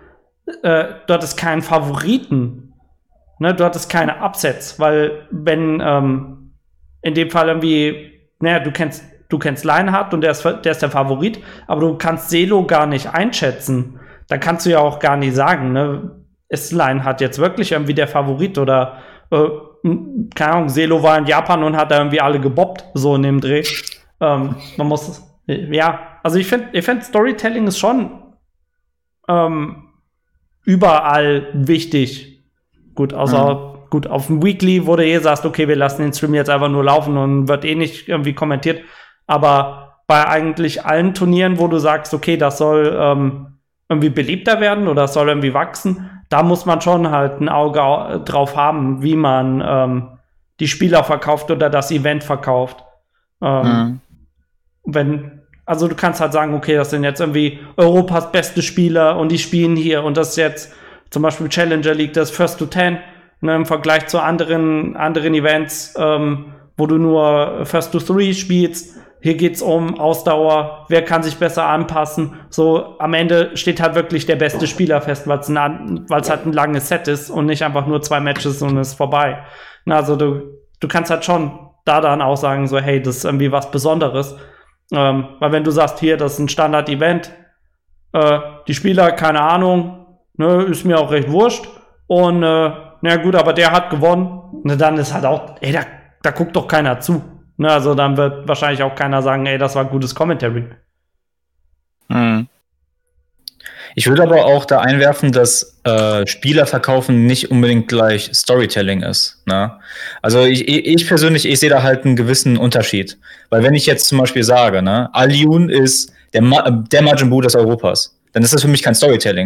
Speaker 1: Favoriten, ne? Du hattest keine Upsets, weil wenn in dem Fall irgendwie, naja, du kennst Lionheart und der ist der Favorit, aber du kannst Selo gar nicht einschätzen. Da kannst du ja auch gar nicht sagen, ne? Ist Lionheart jetzt wirklich irgendwie der Favorit oder keine Ahnung, Selo war in Japan und hat da irgendwie alle gebobbt, so in dem Dreh. Man muss, ja, also ich finde Storytelling ist schon überall wichtig. Gut, außer gut, auf dem Weekly, wo du sagst, okay, wir lassen den Stream jetzt einfach nur laufen und wird nicht irgendwie kommentiert. Aber bei eigentlich allen Turnieren, wo du sagst, okay, das soll irgendwie beliebter werden oder es soll irgendwie wachsen, da muss man schon halt ein Auge drauf haben, wie man die Spieler verkauft oder das Event verkauft. Also du kannst halt sagen, okay, das sind jetzt irgendwie Europas beste Spieler und die spielen hier und das ist jetzt zum Beispiel Challenger League, das First to 10, ne, im Vergleich zu anderen Events, wo du nur First to 3 spielst. Hier geht's um Ausdauer, wer kann sich besser anpassen. So, am Ende steht halt wirklich der beste Spieler fest, weil es halt ein langes Set ist und nicht einfach nur 2 Matches und es ist vorbei. Na, also du kannst halt schon da dann auch sagen, so, hey, das ist irgendwie was Besonderes. Weil wenn du sagst, hier, das ist ein Standard-Event, die Spieler, keine Ahnung, ne, ist mir auch recht wurscht. Und, na gut, aber der hat gewonnen. Ne, dann ist halt auch, ey, da guckt doch keiner zu. Ne, also dann wird wahrscheinlich auch keiner sagen, ey, das war gutes Commentary.
Speaker 3: Ich würde aber auch da einwerfen, dass Spieler verkaufen nicht unbedingt gleich Storytelling ist. Ne? Also ich persönlich, ich sehe da halt einen gewissen Unterschied. Weil wenn ich jetzt zum Beispiel sage, ne, Alyun ist der Majin Buu des Europas, dann ist das für mich kein Storytelling.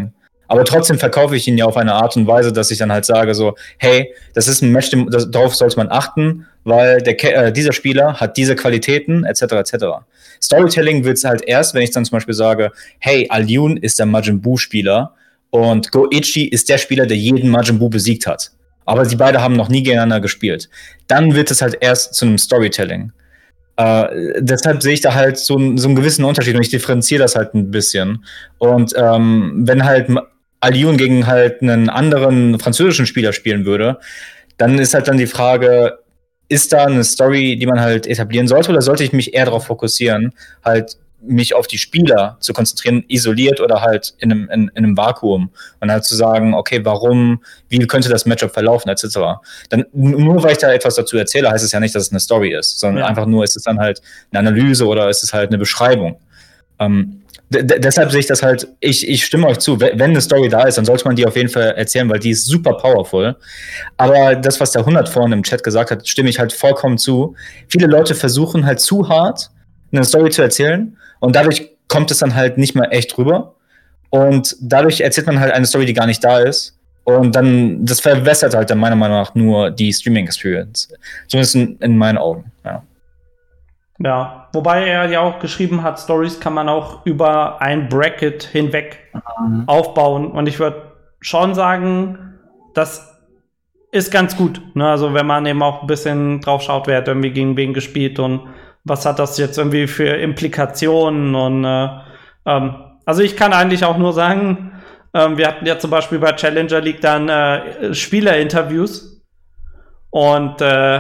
Speaker 3: Aber trotzdem verkaufe ich ihn ja auf eine Art und Weise, dass ich dann halt sage so, hey, das ist ein Match, darauf sollte man achten, weil dieser Spieler hat diese Qualitäten, etc., etc. Storytelling wird es halt erst, wenn ich dann zum Beispiel sage, hey, Alyun ist der Majin Buu-Spieler und Goichi ist der Spieler, der jeden Majin Buu besiegt hat. Aber sie beide haben noch nie gegeneinander gespielt. Dann wird es halt erst zu einem Storytelling. Deshalb sehe ich da halt so einen gewissen Unterschied und ich differenziere das halt ein bisschen. Und wenn halt Alyun gegen halt einen anderen französischen Spieler spielen würde, dann ist halt dann die Frage, ist da eine Story, die man halt etablieren sollte, oder sollte ich mich eher darauf fokussieren, halt mich auf die Spieler zu konzentrieren, isoliert oder halt in einem Vakuum und halt zu sagen, okay, wie könnte das Matchup verlaufen, etc. Dann, nur weil ich da etwas dazu erzähle, heißt es ja nicht, dass es eine Story ist, sondern einfach nur, ist es dann halt eine Analyse oder ist es halt eine Beschreibung. Deshalb sehe ich das halt, ich stimme euch zu, wenn eine Story da ist, dann sollte man die auf jeden Fall erzählen, weil die ist super powerful. Aber das, was der 100 vorhin im Chat gesagt hat, stimme ich halt vollkommen zu. Viele Leute versuchen halt zu hart, eine Story zu erzählen und dadurch kommt es dann halt nicht mehr echt rüber. Und dadurch erzählt man halt eine Story, die gar nicht da ist. Und dann, das verwässert halt dann meiner Meinung nach nur die Streaming-Experience. Zumindest in meinen Augen, ja.
Speaker 1: Ja, wobei er ja auch geschrieben hat, Stories kann man auch über ein Bracket hinweg aufbauen. Und ich würde schon sagen, das ist ganz gut. Ne? Also wenn man eben auch ein bisschen drauf schaut, wer hat irgendwie gegen wen gespielt und was hat das jetzt irgendwie für Implikationen. Und also ich kann eigentlich auch nur sagen, wir hatten ja zum Beispiel bei Challenger League dann Spielerinterviews und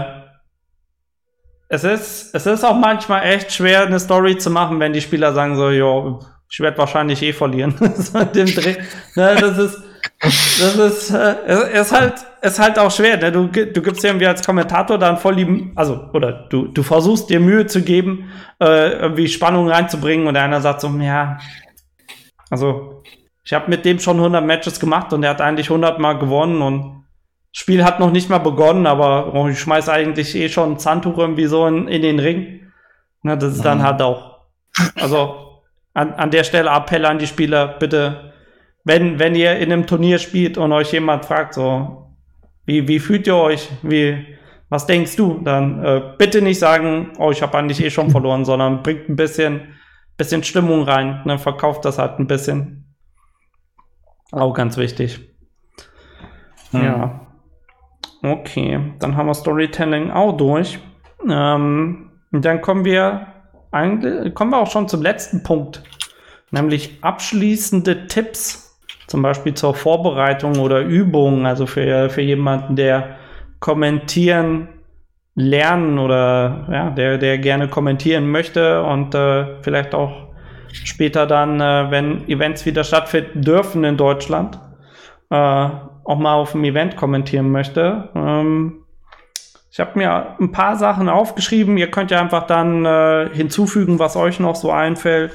Speaker 1: es ist auch manchmal echt schwer, eine Story zu machen, wenn die Spieler sagen so, jo, ich werde wahrscheinlich verlieren. So in dem Dreh. Ne, ist halt auch schwer. Ne? Du gibst irgendwie als Kommentator dann voll oder du versuchst dir Mühe zu geben, irgendwie Spannung reinzubringen und einer sagt so, ja, also ich habe mit dem schon 100 Matches gemacht und der hat eigentlich 100 Mal gewonnen und Spiel hat noch nicht mal begonnen, aber ich schmeiß eigentlich schon ein Handtuch irgendwie so in den Ring. Na, das ist dann halt auch, also an der Stelle Appell an die Spieler, bitte, wenn ihr in einem Turnier spielt und euch jemand fragt, so, wie fühlt ihr euch, was denkst du, dann bitte nicht sagen, oh, ich habe eigentlich schon verloren, sondern bringt ein bisschen Stimmung rein, ne, verkauft das halt ein bisschen. Auch ganz wichtig. Ja. Okay, dann haben wir Storytelling auch durch. Und dann kommen wir auch schon zum letzten Punkt, nämlich abschließende Tipps, zum Beispiel zur Vorbereitung oder Übung, also für jemanden, der kommentieren lernen oder ja, der gerne kommentieren möchte und vielleicht auch später dann, wenn Events wieder stattfinden dürfen in Deutschland, auch mal auf dem Event kommentieren möchte. Ich habe mir ein paar Sachen aufgeschrieben. Ihr könnt ja einfach dann hinzufügen, was euch noch so einfällt.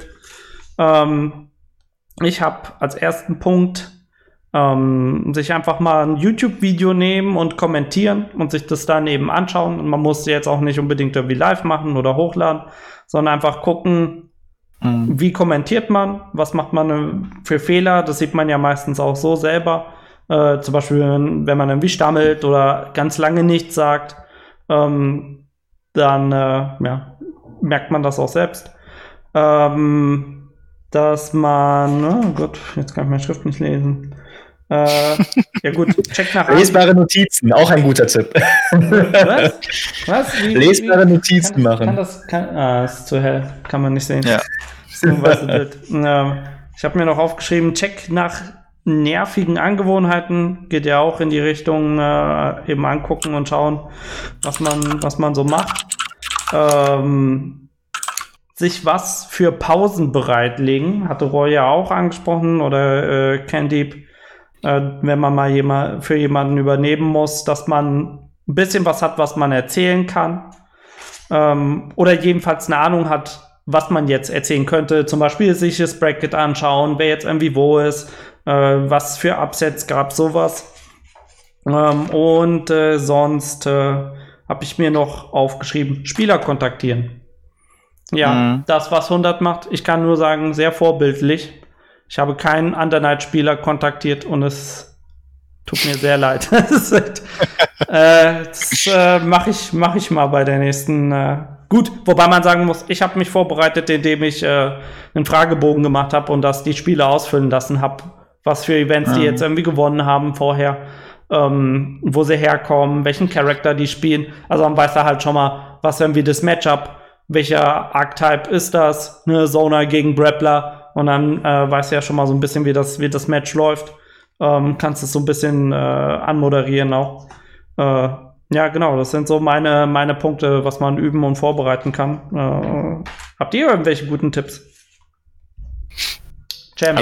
Speaker 1: Ich habe als ersten Punkt sich einfach mal ein YouTube-Video nehmen und kommentieren und sich das dann eben anschauen. Und man muss jetzt auch nicht unbedingt irgendwie live machen oder hochladen, sondern einfach gucken, wie kommentiert man, was macht man für Fehler. Das sieht man ja meistens auch so selber. Zum Beispiel, wenn man irgendwie stammelt oder ganz lange nichts sagt, dann merkt man das auch selbst. Dass man, oh Gott, jetzt kann ich meine Schrift nicht lesen. Ja gut, check nach
Speaker 3: Lesbare Notizen, auch ein guter Tipp.
Speaker 1: Was?
Speaker 3: Lesbare Notizen machen.
Speaker 1: Ist zu hell, kann man nicht sehen.
Speaker 4: Ja.
Speaker 1: So ein weißes Bild. Ich habe mir noch aufgeschrieben, check nach nervigen Angewohnheiten, geht ja auch in die Richtung eben angucken und schauen, was man so macht. Sich was für Pausen bereitlegen, hatte Roy ja auch angesprochen, oder Candy, wenn man mal für jemanden übernehmen muss, dass man ein bisschen was hat, was man erzählen kann, oder jedenfalls eine Ahnung hat, was man jetzt erzählen könnte, zum Beispiel sich das Bracket anschauen, wer jetzt irgendwie wo ist, was für Upsets gab, sowas. Und sonst habe ich mir noch aufgeschrieben, Spieler kontaktieren. Ja, das, was 100 macht, ich kann nur sagen, sehr vorbildlich. Ich habe keinen Undernight-Spieler kontaktiert und es tut mir sehr leid. Das mache ich mal bei der nächsten. Gut, wobei man sagen muss, ich habe mich vorbereitet, indem ich einen Fragebogen gemacht habe und das die Spieler ausfüllen lassen habe, was für Events die jetzt irgendwie gewonnen haben vorher, wo sie herkommen, welchen Charakter die spielen. Also man weiß da halt schon mal, was irgendwie das Matchup, welcher Archetype ist das, ne, Zoner gegen Grappler, und dann weißt du ja schon mal so ein bisschen, wie das Match läuft. Kannst es so ein bisschen anmoderieren auch. Ja, genau, das sind so meine Punkte, was man üben und vorbereiten kann. Habt ihr irgendwelche guten Tipps?
Speaker 3: James.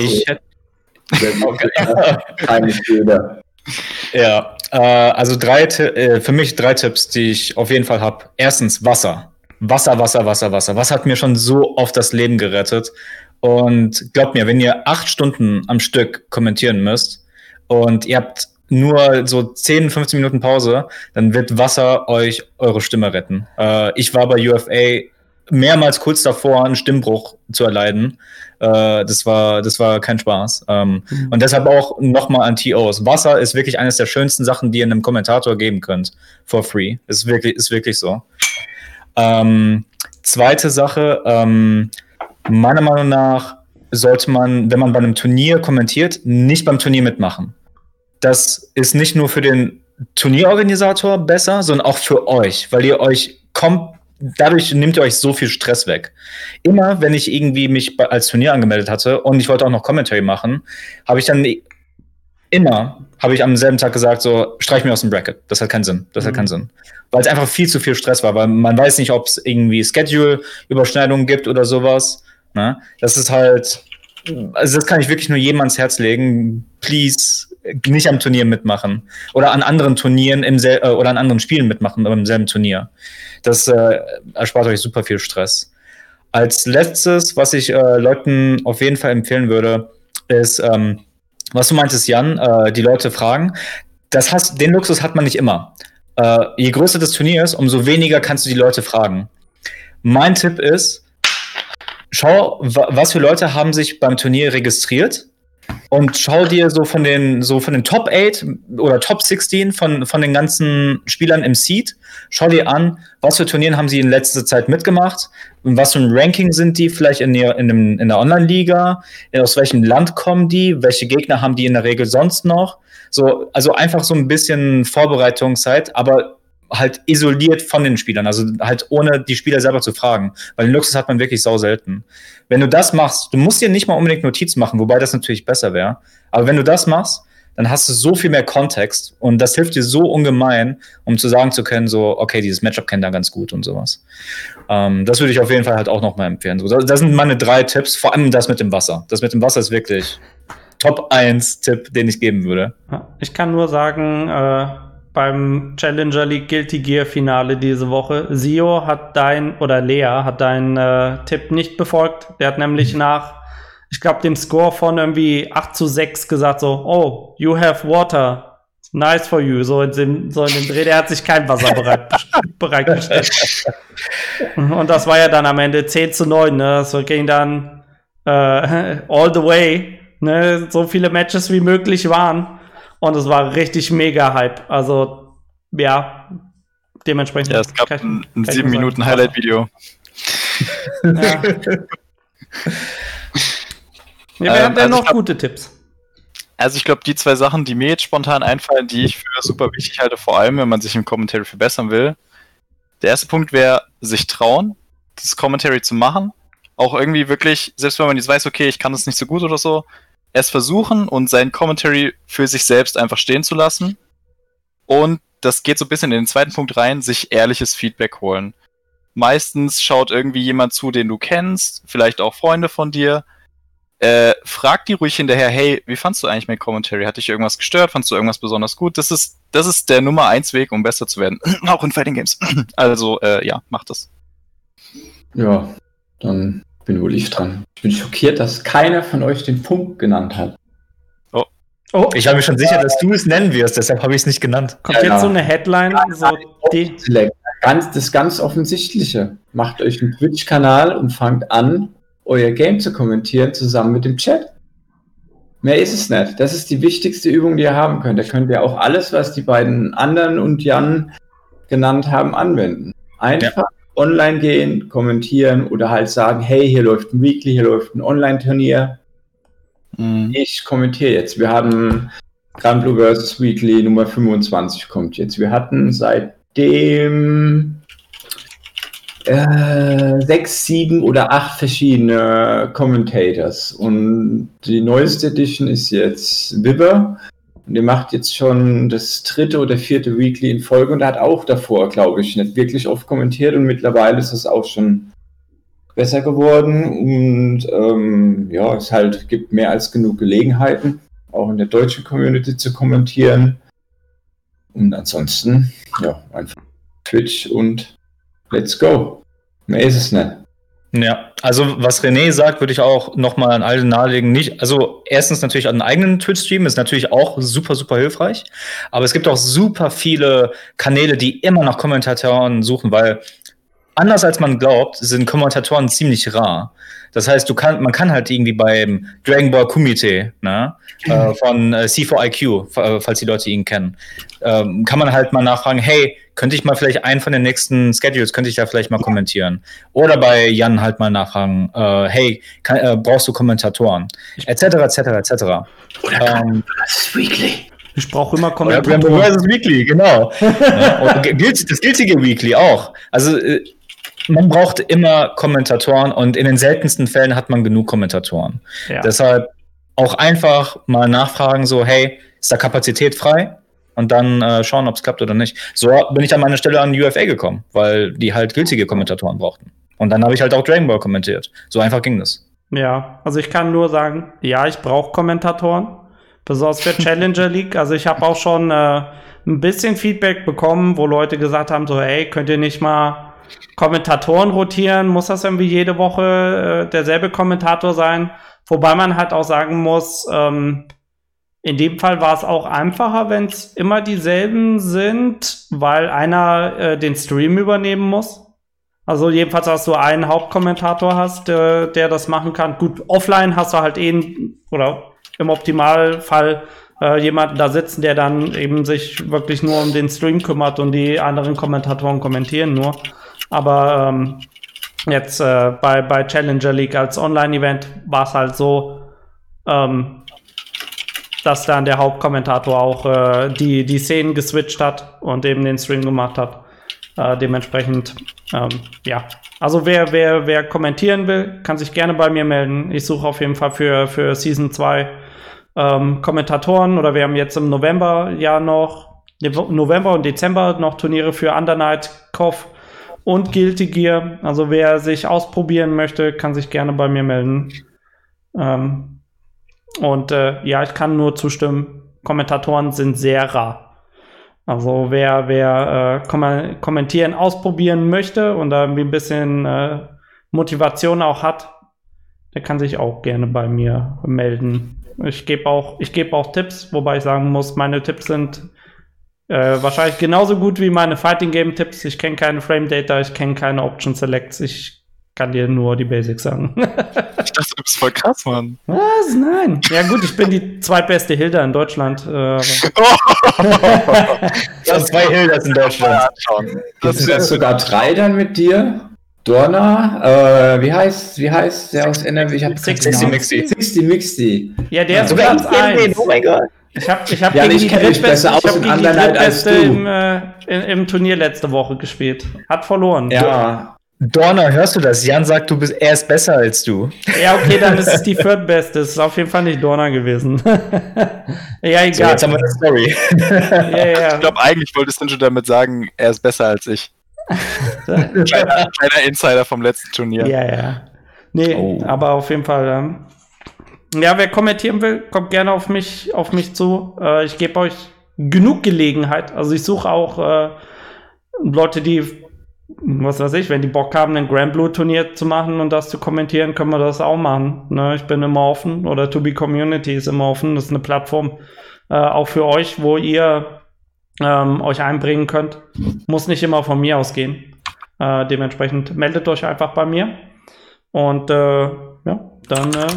Speaker 2: Keine Fehler.
Speaker 3: Ja, also für mich 3 Tipps, die ich auf jeden Fall habe. Erstens, Wasser. Wasser. Was hat mir schon so oft das Leben gerettet? Und glaubt mir, wenn ihr 8 Stunden am Stück kommentieren müsst und ihr habt nur so 10, 15 Minuten Pause, dann wird Wasser euch eure Stimme retten. Ich war bei UFA mehrmals kurz davor, einen Stimmbruch zu erleiden. Das war kein Spaß. Und deshalb auch nochmal an TOs. Wasser ist wirklich eines der schönsten Sachen, die ihr einem Kommentator geben könnt. For free. Ist wirklich so. Zweite Sache, meiner Meinung nach sollte man, wenn man bei einem Turnier kommentiert, nicht beim Turnier mitmachen. Das ist nicht nur für den Turnierorganisator besser, sondern auch für euch, weil ihr dadurch nehmt ihr euch so viel Stress weg. Immer, wenn ich irgendwie mich als Turnier angemeldet hatte und ich wollte auch noch Commentary machen, habe ich am selben Tag gesagt, so, streich mir aus dem Bracket. Das hat keinen Sinn. Weil es einfach viel zu viel Stress war, weil man weiß nicht, ob es irgendwie Schedule-Überschneidungen gibt oder sowas. Ne? Das ist halt, also das kann ich wirklich nur jedem ans Herz legen. Please, nicht am Turnier mitmachen. Oder an anderen Turnieren oder an anderen Spielen mitmachen, aber im selben Turnier. Das erspart euch super viel Stress. Als letztes, was ich Leuten auf jeden Fall empfehlen würde, ist, was du meintest, Jan, die Leute fragen. Den Luxus hat man nicht immer. Je größer das Turnier ist, umso weniger kannst du die Leute fragen. Mein Tipp ist, schau, was für Leute haben sich beim Turnier registriert und schau dir so von den Top 8 oder Top 16 von den ganzen Spielern im Seed, schau dir an, was für Turnieren haben sie in letzter Zeit mitgemacht, was für ein Ranking sind die vielleicht in der Online-Liga, aus welchem Land kommen die, welche Gegner haben die in der Regel sonst noch. So, also einfach so ein bisschen Vorbereitungszeit, aber halt isoliert von den Spielern, also halt ohne die Spieler selber zu fragen, weil den Luxus hat man wirklich sau selten. Wenn du das machst, du musst dir nicht mal unbedingt Notizen machen, wobei das natürlich besser wäre, aber wenn du das machst, dann hast du so viel mehr Kontext und das hilft dir so ungemein, um zu sagen zu können, so, okay, dieses Matchup kennt er ganz gut und sowas. Das würde ich auf jeden Fall halt auch nochmal empfehlen. So, das sind meine 3 Tipps, vor allem das mit dem Wasser. Das mit dem Wasser ist wirklich Top 1 Tipp, den ich geben würde.
Speaker 1: Ich kann nur sagen, beim Challenger League Guilty Gear Finale diese Woche, Lea hat deinen Tipp nicht befolgt. Der hat nämlich nach, ich glaube, dem Score von irgendwie 8-6 gesagt so, oh, you have water, nice for you. So in dem Dreh, der hat sich kein Wasser bereitgestellt. Und das war ja dann am Ende 10-9, ne? Das ging dann all the way, ne? So viele Matches wie möglich waren. Und es war richtig mega Hype. Also, ja, dementsprechend.
Speaker 4: Ja, es gab ein 7 Minuten Highlight-Video.
Speaker 1: Ja. Wer hat denn noch gute Tipps?
Speaker 4: Also ich glaube, die 2 Sachen, die mir jetzt spontan einfallen, die ich für super wichtig halte, vor allem, wenn man sich im Commentary verbessern will. Der erste Punkt wäre, sich trauen, das Commentary zu machen. Auch irgendwie wirklich, selbst wenn man jetzt weiß, okay, ich kann das nicht so gut oder so, es versuchen und sein Commentary für sich selbst einfach stehen zu lassen. Und das geht so ein bisschen in den zweiten Punkt rein, sich ehrliches Feedback holen. Meistens schaut irgendwie jemand zu, den du kennst, vielleicht auch Freunde von dir. Frag die ruhig hinterher, hey, wie fandst du eigentlich mein Commentary? Hat dich irgendwas gestört? Fandst du irgendwas besonders gut? Das ist der Nummer 1 Weg, um besser zu werden. Auch in Fighting Games. Also, ja, mach das.
Speaker 2: Ja, dann bin wohl ich dran. Ich bin schockiert, dass keiner von euch den Punkt genannt hat.
Speaker 3: Oh, ich war mir schon sicher, dass du es nennen wirst, deshalb habe ich es nicht genannt.
Speaker 1: Kommt jetzt so eine Headline, so die.
Speaker 2: Das ganz Offensichtliche. Macht euch einen Twitch-Kanal und fangt an, euer Game zu kommentieren zusammen mit dem Chat. Mehr ist es nicht. Das ist die wichtigste Übung, die ihr haben könnt. Da könnt ihr auch alles, was die beiden anderen und Jan genannt haben, anwenden. Einfach online gehen, kommentieren oder halt sagen, hey, hier läuft ein Weekly, hier läuft ein Online-Turnier. Ich kommentiere jetzt. Wir haben Granblue vs. Weekly Nummer 25 kommt jetzt. Wir hatten seitdem 6, 7 oder 8 verschiedene Commentators. Und die neueste Edition ist jetzt Viver. Und der macht jetzt schon das 3. oder 4. Weekly in Folge. Und er hat auch davor, glaube ich, nicht wirklich oft kommentiert. Und mittlerweile ist es auch schon besser geworden. Und es halt gibt mehr als genug Gelegenheiten, auch in der deutschen Community zu kommentieren. Und ansonsten, einfach Twitch und let's go. Mehr ist es nicht.
Speaker 3: Ja, also was René sagt, würde ich auch nochmal an alle nahelegen. Also erstens natürlich an einen eigenen Twitch-Stream, ist natürlich auch super, super hilfreich. Aber es gibt auch super viele Kanäle, die immer nach Kommentatoren suchen, weil anders als man glaubt, sind Kommentatoren ziemlich rar. Das heißt, man kann halt irgendwie beim Dragon Ball Kumite, ne, von C4IQ, falls die Leute ihn kennen, kann man halt mal nachfragen, hey, könnte ich mal vielleicht einen von den nächsten Schedules, könnte ich da vielleicht mal kommentieren? Oder bei Jan halt mal nachfragen, hey, brauchst du Kommentatoren? Etc., etc., etc.
Speaker 2: Oder das Weekly.
Speaker 1: Ich brauche immer
Speaker 3: Kommentatoren. Oder das Weekly, genau. Und das gültige Weekly auch. Also man braucht immer Kommentatoren und in den seltensten Fällen hat man genug Kommentatoren. Ja. Deshalb auch einfach mal nachfragen, so, hey, ist da Kapazität frei? Und dann schauen, ob es klappt oder nicht. So bin ich an meiner Stelle an UFA gekommen, weil die halt gültige Kommentatoren brauchten. Und dann habe ich halt auch Dragon Ball kommentiert. So einfach ging das.
Speaker 1: Ja, also ich kann nur sagen, ja, ich brauche Kommentatoren. Besonders für Challenger League. Also ich habe auch schon ein bisschen Feedback bekommen, wo Leute gesagt haben, so, hey, könnt ihr nicht mal Kommentatoren rotieren? Muss das irgendwie jede Woche derselbe Kommentator sein? Wobei man halt auch sagen muss, in dem Fall war es auch einfacher, wenn es immer dieselben sind, weil einer den Stream übernehmen muss. Also jedenfalls, dass du einen Hauptkommentator hast, der das machen kann. Gut, offline hast du halt oder im Optimalfall jemanden da sitzen, der dann eben sich wirklich nur um den Stream kümmert und die anderen Kommentatoren kommentieren nur. Aber jetzt bei Challenger League als Online-Event war es halt so, dass dann der Hauptkommentator auch die Szenen geswitcht hat und eben den Stream gemacht hat. Dementsprechend, Also wer kommentieren will, kann sich gerne bei mir melden. Ich suche auf jeden Fall für Season 2 Kommentatoren, oder wir haben jetzt im November und Dezember noch Turniere für Undernight, KOF und Guilty Gear. Also wer sich ausprobieren möchte, kann sich gerne bei mir melden. Ich kann nur zustimmen, Kommentatoren sind sehr rar. Also wer kommentieren ausprobieren möchte und da ein bisschen Motivation auch hat, der kann sich auch gerne bei mir melden. Ich gebe auch Tipps, wobei ich sagen muss, meine Tipps sind wahrscheinlich genauso gut wie meine Fighting Game Tipps. Ich kenne keine Frame Data, ich kenne keine Option Selects, ich kann dir nur die Basics sagen.
Speaker 4: Ich dachte, du bist voll krass, Mann.
Speaker 1: Was? Nein. Ja gut, ich bin die zweitbeste Hilda in Deutschland.
Speaker 3: Das sind 2 Hildas in Deutschland.
Speaker 2: Das sind sogar 3 dann mit dir. Dorna, wie heißt der aus NRW? Ich hab
Speaker 3: 60
Speaker 2: Mixty.
Speaker 1: Ja, der ist Platz 1.
Speaker 3: Oh mein Gott.
Speaker 1: Ich kenne die drittbeste im Turnier letzte Woche gespielt. Hat verloren.
Speaker 2: Ja.
Speaker 3: Dorna, hörst du das? Jan sagt, er ist besser als du.
Speaker 1: Ja, okay, dann ist es die viertbeste. Es ist auf jeden Fall nicht Dorna gewesen. Ja, egal.
Speaker 3: So, jetzt haben wir eine Story.
Speaker 4: Ja. Ich glaube, eigentlich wolltest du schon damit sagen, er ist besser als ich. Kleiner Insider vom letzten Turnier.
Speaker 1: Ja. Nee, aber auf jeden Fall. Wer kommentieren will, kommt gerne auf mich zu. Ich gebe euch genug Gelegenheit. Also ich suche auch Leute, die, was weiß ich, wenn die Bock haben, ein Granblue-Turnier zu machen und das zu kommentieren, können wir das auch machen. Ne? Ich bin immer offen, oder To Be Community ist immer offen. Das ist eine Plattform auch für euch, wo ihr euch einbringen könnt. Muss nicht immer von mir ausgehen. Dementsprechend meldet euch einfach bei mir. Und dann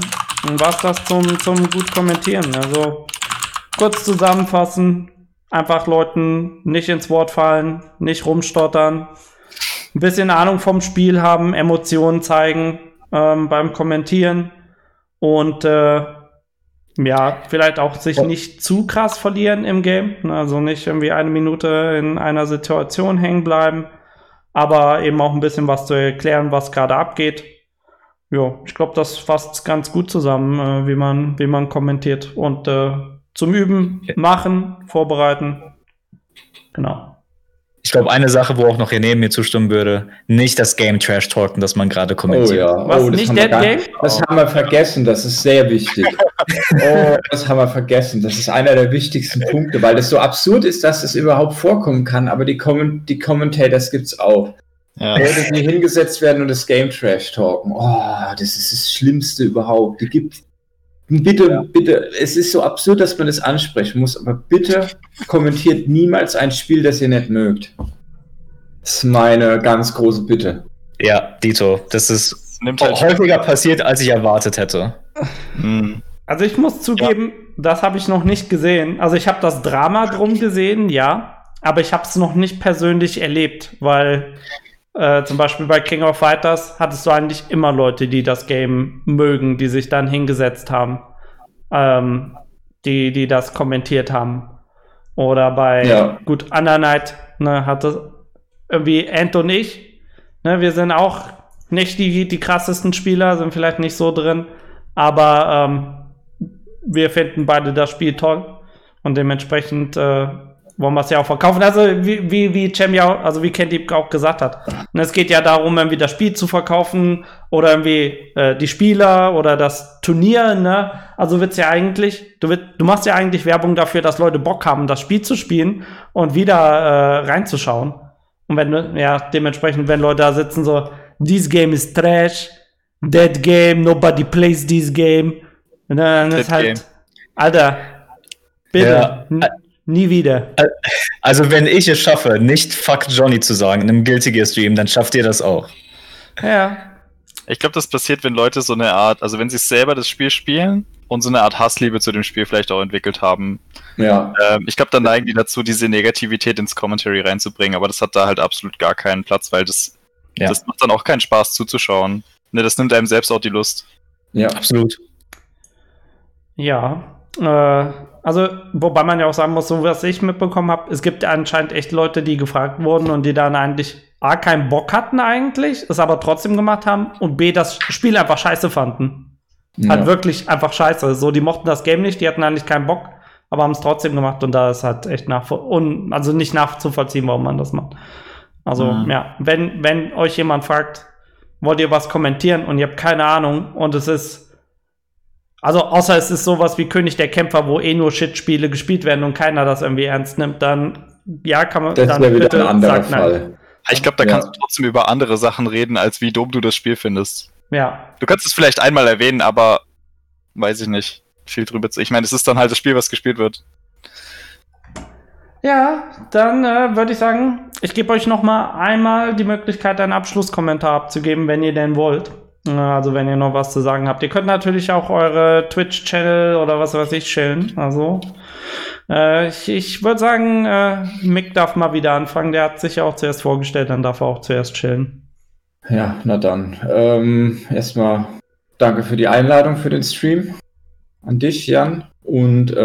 Speaker 1: dann war's das zum gut kommentieren. Also kurz zusammenfassen, einfach Leuten nicht ins Wort fallen, nicht rumstottern, ein bisschen Ahnung vom Spiel haben, Emotionen zeigen beim Kommentieren und vielleicht auch sich nicht zu krass verlieren im Game. Also nicht irgendwie 1 Minute in einer Situation hängen bleiben, aber eben auch ein bisschen was zu erklären, was gerade abgeht. Ja, ich glaube, das fasst ganz gut zusammen, wie man kommentiert. Und zum Üben, machen, vorbereiten. Genau.
Speaker 3: Ich glaube, eine Sache, wo auch noch René mir zustimmen würde, nicht das Game Trash talken, das man gerade kommentiert.
Speaker 2: Oh ja.
Speaker 1: Was, nicht Dead Game?
Speaker 2: Das haben wir vergessen, das ist sehr wichtig. Das haben wir vergessen. Das ist einer der wichtigsten Punkte, weil das so absurd ist, dass es überhaupt vorkommen kann, aber die Commentators gibt's auch.
Speaker 4: Ja.
Speaker 2: Leute, die hingesetzt werden und das Game Trash talken. Oh, das ist das Schlimmste überhaupt. Die gibt bitte, es ist so absurd, dass man das ansprechen muss, aber bitte kommentiert niemals ein Spiel, das ihr nicht mögt. Das ist meine ganz große Bitte.
Speaker 3: Ja, Dito, das ist
Speaker 4: halt
Speaker 3: häufiger passiert, als ich erwartet hätte.
Speaker 1: Also ich muss zugeben, das habe ich noch nicht gesehen. Also ich habe das Drama drum gesehen, ja, aber ich habe es noch nicht persönlich erlebt, weil zum Beispiel bei King of Fighters hattest du eigentlich immer Leute, die das Game mögen, die sich dann hingesetzt haben, die das kommentiert haben. Oder bei, Under Night, ne, hatte irgendwie Ant und ich, ne, wir sind auch nicht die krassesten Spieler, sind vielleicht nicht so drin, aber wir finden beide das Spiel toll und dementsprechend wollen wir es ja auch verkaufen. Also wie Cem ja, also wie Candy auch gesagt hat. Und es geht ja darum, irgendwie das Spiel zu verkaufen oder irgendwie die Spieler oder das Turnier, ne? Also wird's ja eigentlich, du machst ja eigentlich Werbung dafür, dass Leute Bock haben, das Spiel zu spielen und wieder reinzuschauen. Und dementsprechend, wenn Leute da sitzen so, this game is trash, that game, nobody plays this game. Und dann ist halt, game. Alter, bitte, nie wieder.
Speaker 3: Also wenn ich es schaffe, nicht Fuck Johnny zu sagen in einem Guilty Gear Stream, dann schafft ihr das auch.
Speaker 1: Ja.
Speaker 4: Ich glaube, das passiert, wenn Leute so eine Art, also wenn sie selber das Spiel spielen und so eine Art Hassliebe zu dem Spiel vielleicht auch entwickelt haben.
Speaker 2: Ja.
Speaker 4: Ich glaube, dann neigen die dazu, diese Negativität ins Commentary reinzubringen, aber das hat da halt absolut gar keinen Platz, weil das macht dann auch keinen Spaß zuzuschauen. Ne, das nimmt einem selbst auch die Lust.
Speaker 3: Ja, absolut.
Speaker 1: Ja, also, wobei man ja auch sagen muss, so was ich mitbekommen habe, es gibt anscheinend echt Leute, die gefragt wurden und die dann eigentlich A, keinen Bock hatten eigentlich, es aber trotzdem gemacht haben und B, das Spiel einfach scheiße fanden. Ja. Halt wirklich einfach scheiße. So, die mochten das Game nicht, die hatten eigentlich keinen Bock, aber haben es trotzdem gemacht und da ist halt echt nicht nachzuvollziehen, warum man das macht. Also, wenn euch jemand fragt, wollt ihr was kommentieren und ihr habt keine Ahnung und es ist also, außer es ist sowas wie König der Kämpfer, wo nur Shit-Spiele gespielt werden und keiner das irgendwie ernst nimmt, dann, kann man
Speaker 2: das
Speaker 1: dann
Speaker 2: bitte wieder ein anderer Fall.
Speaker 4: Ich glaube, da kannst du trotzdem über andere Sachen reden, als wie dumm du das Spiel findest.
Speaker 1: Ja.
Speaker 4: Du kannst es vielleicht einmal erwähnen, aber weiß ich nicht, viel drüber zu. Ich meine, es ist dann halt das Spiel, was gespielt wird.
Speaker 1: Ja, dann würde ich sagen, ich gebe euch noch mal einmal die Möglichkeit, einen Abschlusskommentar abzugeben, wenn ihr denn wollt. Also wenn ihr noch was zu sagen habt. Ihr könnt natürlich auch eure Twitch-Channel oder was weiß ich chillen. Also ich würde sagen, Mick darf mal wieder anfangen. Der hat sich ja auch zuerst vorgestellt, dann darf er auch zuerst chillen.
Speaker 2: Ja, na dann. Erstmal danke für die Einladung für den Stream an dich, Jan. Und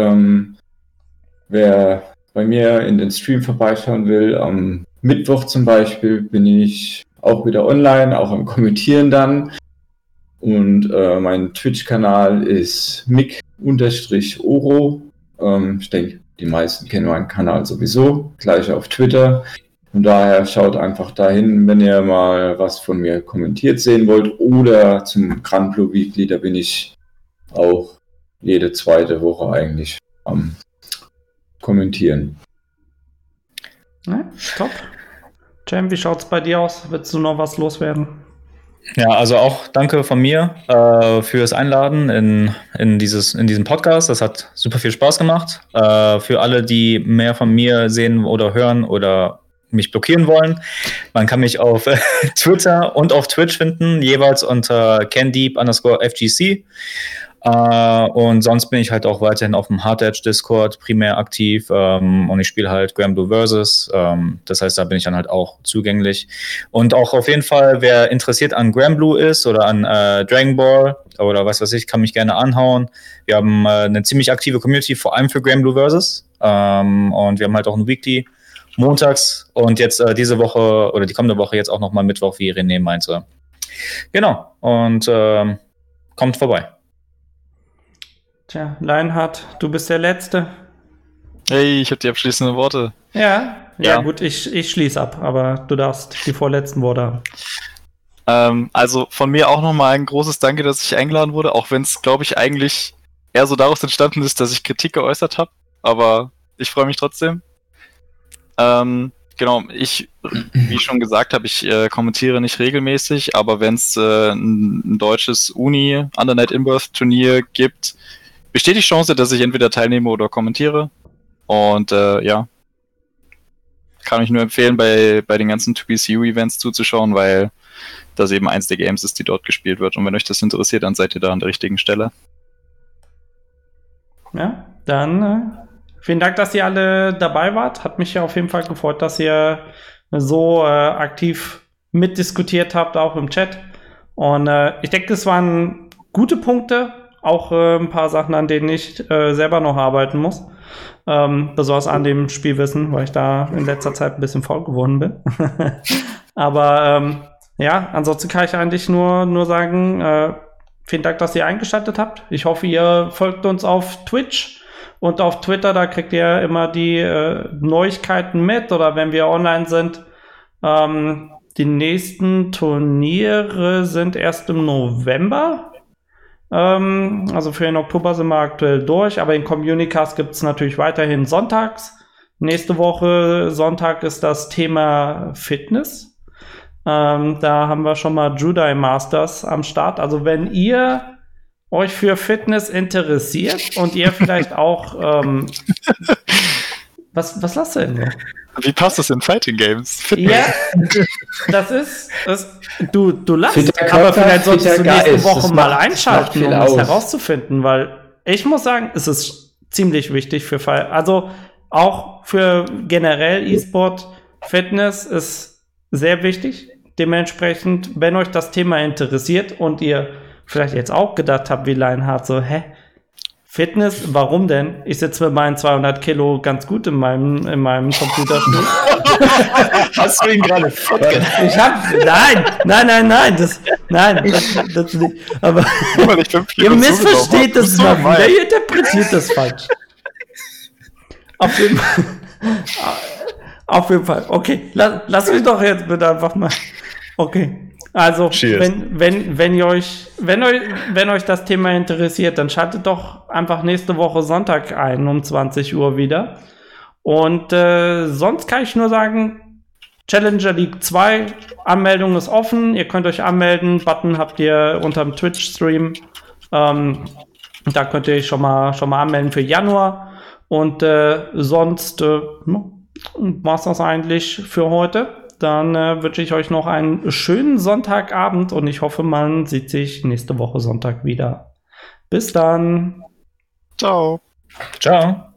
Speaker 2: wer bei mir in den Stream vorbeischauen will, am Mittwoch zum Beispiel bin ich auch wieder online, auch am Kommentieren dann. Und mein Twitch-Kanal ist mick_oro. Ich denke, die meisten kennen meinen Kanal sowieso. Gleich auf Twitter. Von daher schaut einfach dahin, wenn ihr mal was von mir kommentiert sehen wollt. Oder zum Grand Blue Weekly, da bin ich auch jede zweite Woche eigentlich am Kommentieren.
Speaker 1: Ja, top. Cem, wie schaut's bei dir aus? Willst du noch was loswerden?
Speaker 3: Ja, also auch danke von mir fürs Einladen in diesen Podcast. Das hat super viel Spaß gemacht. Für alle, die mehr von mir sehen oder hören oder mich blockieren wollen, man kann mich auf Twitter und auf Twitch finden, jeweils unter candeep_FGC. Und sonst bin ich halt auch weiterhin auf dem Hard Edge Discord primär aktiv und ich spiele halt Granblue Versus. Das heißt, da bin ich dann halt auch zugänglich. Und auch auf jeden Fall, wer interessiert an Granblue ist oder an Dragon Ball oder was weiß ich, kann mich gerne anhauen. Wir haben eine ziemlich aktive Community, vor allem für Granblue Versus. Und wir haben halt auch ein Weekly montags und jetzt diese Woche oder die kommende Woche jetzt auch nochmal Mittwoch, wie René meinte. Genau. Und kommt vorbei.
Speaker 1: Tja, Leinhard, du bist der Letzte.
Speaker 4: Hey, ich habe die abschließenden Worte.
Speaker 1: Ja, gut, ich schließe ab, aber du darfst die vorletzten Worte haben.
Speaker 4: Also von mir auch nochmal ein großes Danke, dass ich eingeladen wurde, auch wenn es, glaube ich, eigentlich eher so daraus entstanden ist, dass ich Kritik geäußert habe, aber ich freue mich trotzdem. Genau, wie ich schon gesagt habe, ich kommentiere nicht regelmäßig, aber wenn es ein deutsches Undernight Inbirth Turnier gibt, besteht die Chance, dass ich entweder teilnehme oder kommentiere. Und kann ich nur empfehlen, bei den ganzen 2BCU-Events zuzuschauen, weil das eben eins der Games ist, die dort gespielt wird. Und wenn euch das interessiert, dann seid ihr da an der richtigen Stelle.
Speaker 1: Ja, dann vielen Dank, dass ihr alle dabei wart. Hat mich ja auf jeden Fall gefreut, dass ihr so aktiv mitdiskutiert habt, auch im Chat. Und ich denke, das waren gute Punkte. Auch ein paar Sachen, an denen ich selber noch arbeiten muss. Besonders an dem Spielwissen, weil ich da in letzter Zeit ein bisschen faul geworden bin. Aber ansonsten kann ich eigentlich nur sagen, vielen Dank, dass ihr eingeschaltet habt. Ich hoffe, ihr folgt uns auf Twitch und auf Twitter. Da kriegt ihr immer die Neuigkeiten mit oder wenn wir online sind. Die nächsten Turniere sind erst im November. Also für den Oktober sind wir aktuell durch, aber den Communicast gibt es natürlich weiterhin sonntags. Nächste Woche Sonntag ist das Thema Fitness. Da haben wir schon mal Judai Masters am Start. Also wenn ihr euch für Fitness interessiert und ihr vielleicht auch was lasst du denn?
Speaker 4: Wie passt das in Fighting Games?
Speaker 1: Ja, du lachst, aber vielleicht solltest du nächste Woche mal einschalten, um das herauszufinden, weil ich muss sagen, es ist ziemlich wichtig für also auch für generell E-Sport, Fitness ist sehr wichtig. Dementsprechend, wenn euch das Thema interessiert und ihr vielleicht jetzt auch gedacht habt, wie Leinhard, so, Fitness, warum denn? Ich sitze mit meinen 200 Kilo ganz gut in meinem Computerstuhl.
Speaker 3: Hast du ihn gerade
Speaker 1: Nein, das nicht. Aber ihr missversteht das mal wieder, ihr interpretiert das falsch. Auf jeden Fall. Okay, lass mich doch jetzt bitte einfach mal. Okay. Also, wenn euch das Thema interessiert, dann schaltet doch einfach nächste Woche Sonntag ein um 20 Uhr wieder. Und sonst kann ich nur sagen, Challenger League 2, Anmeldung ist offen. Ihr könnt euch anmelden. Button habt ihr unterm Twitch-Stream. Da könnt ihr euch schon mal anmelden für Januar. Und sonst war's das eigentlich für heute. Dann wünsche ich euch noch einen schönen Sonntagabend und ich hoffe, man sieht sich nächste Woche Sonntag wieder. Bis dann.
Speaker 4: Ciao.
Speaker 3: Ciao.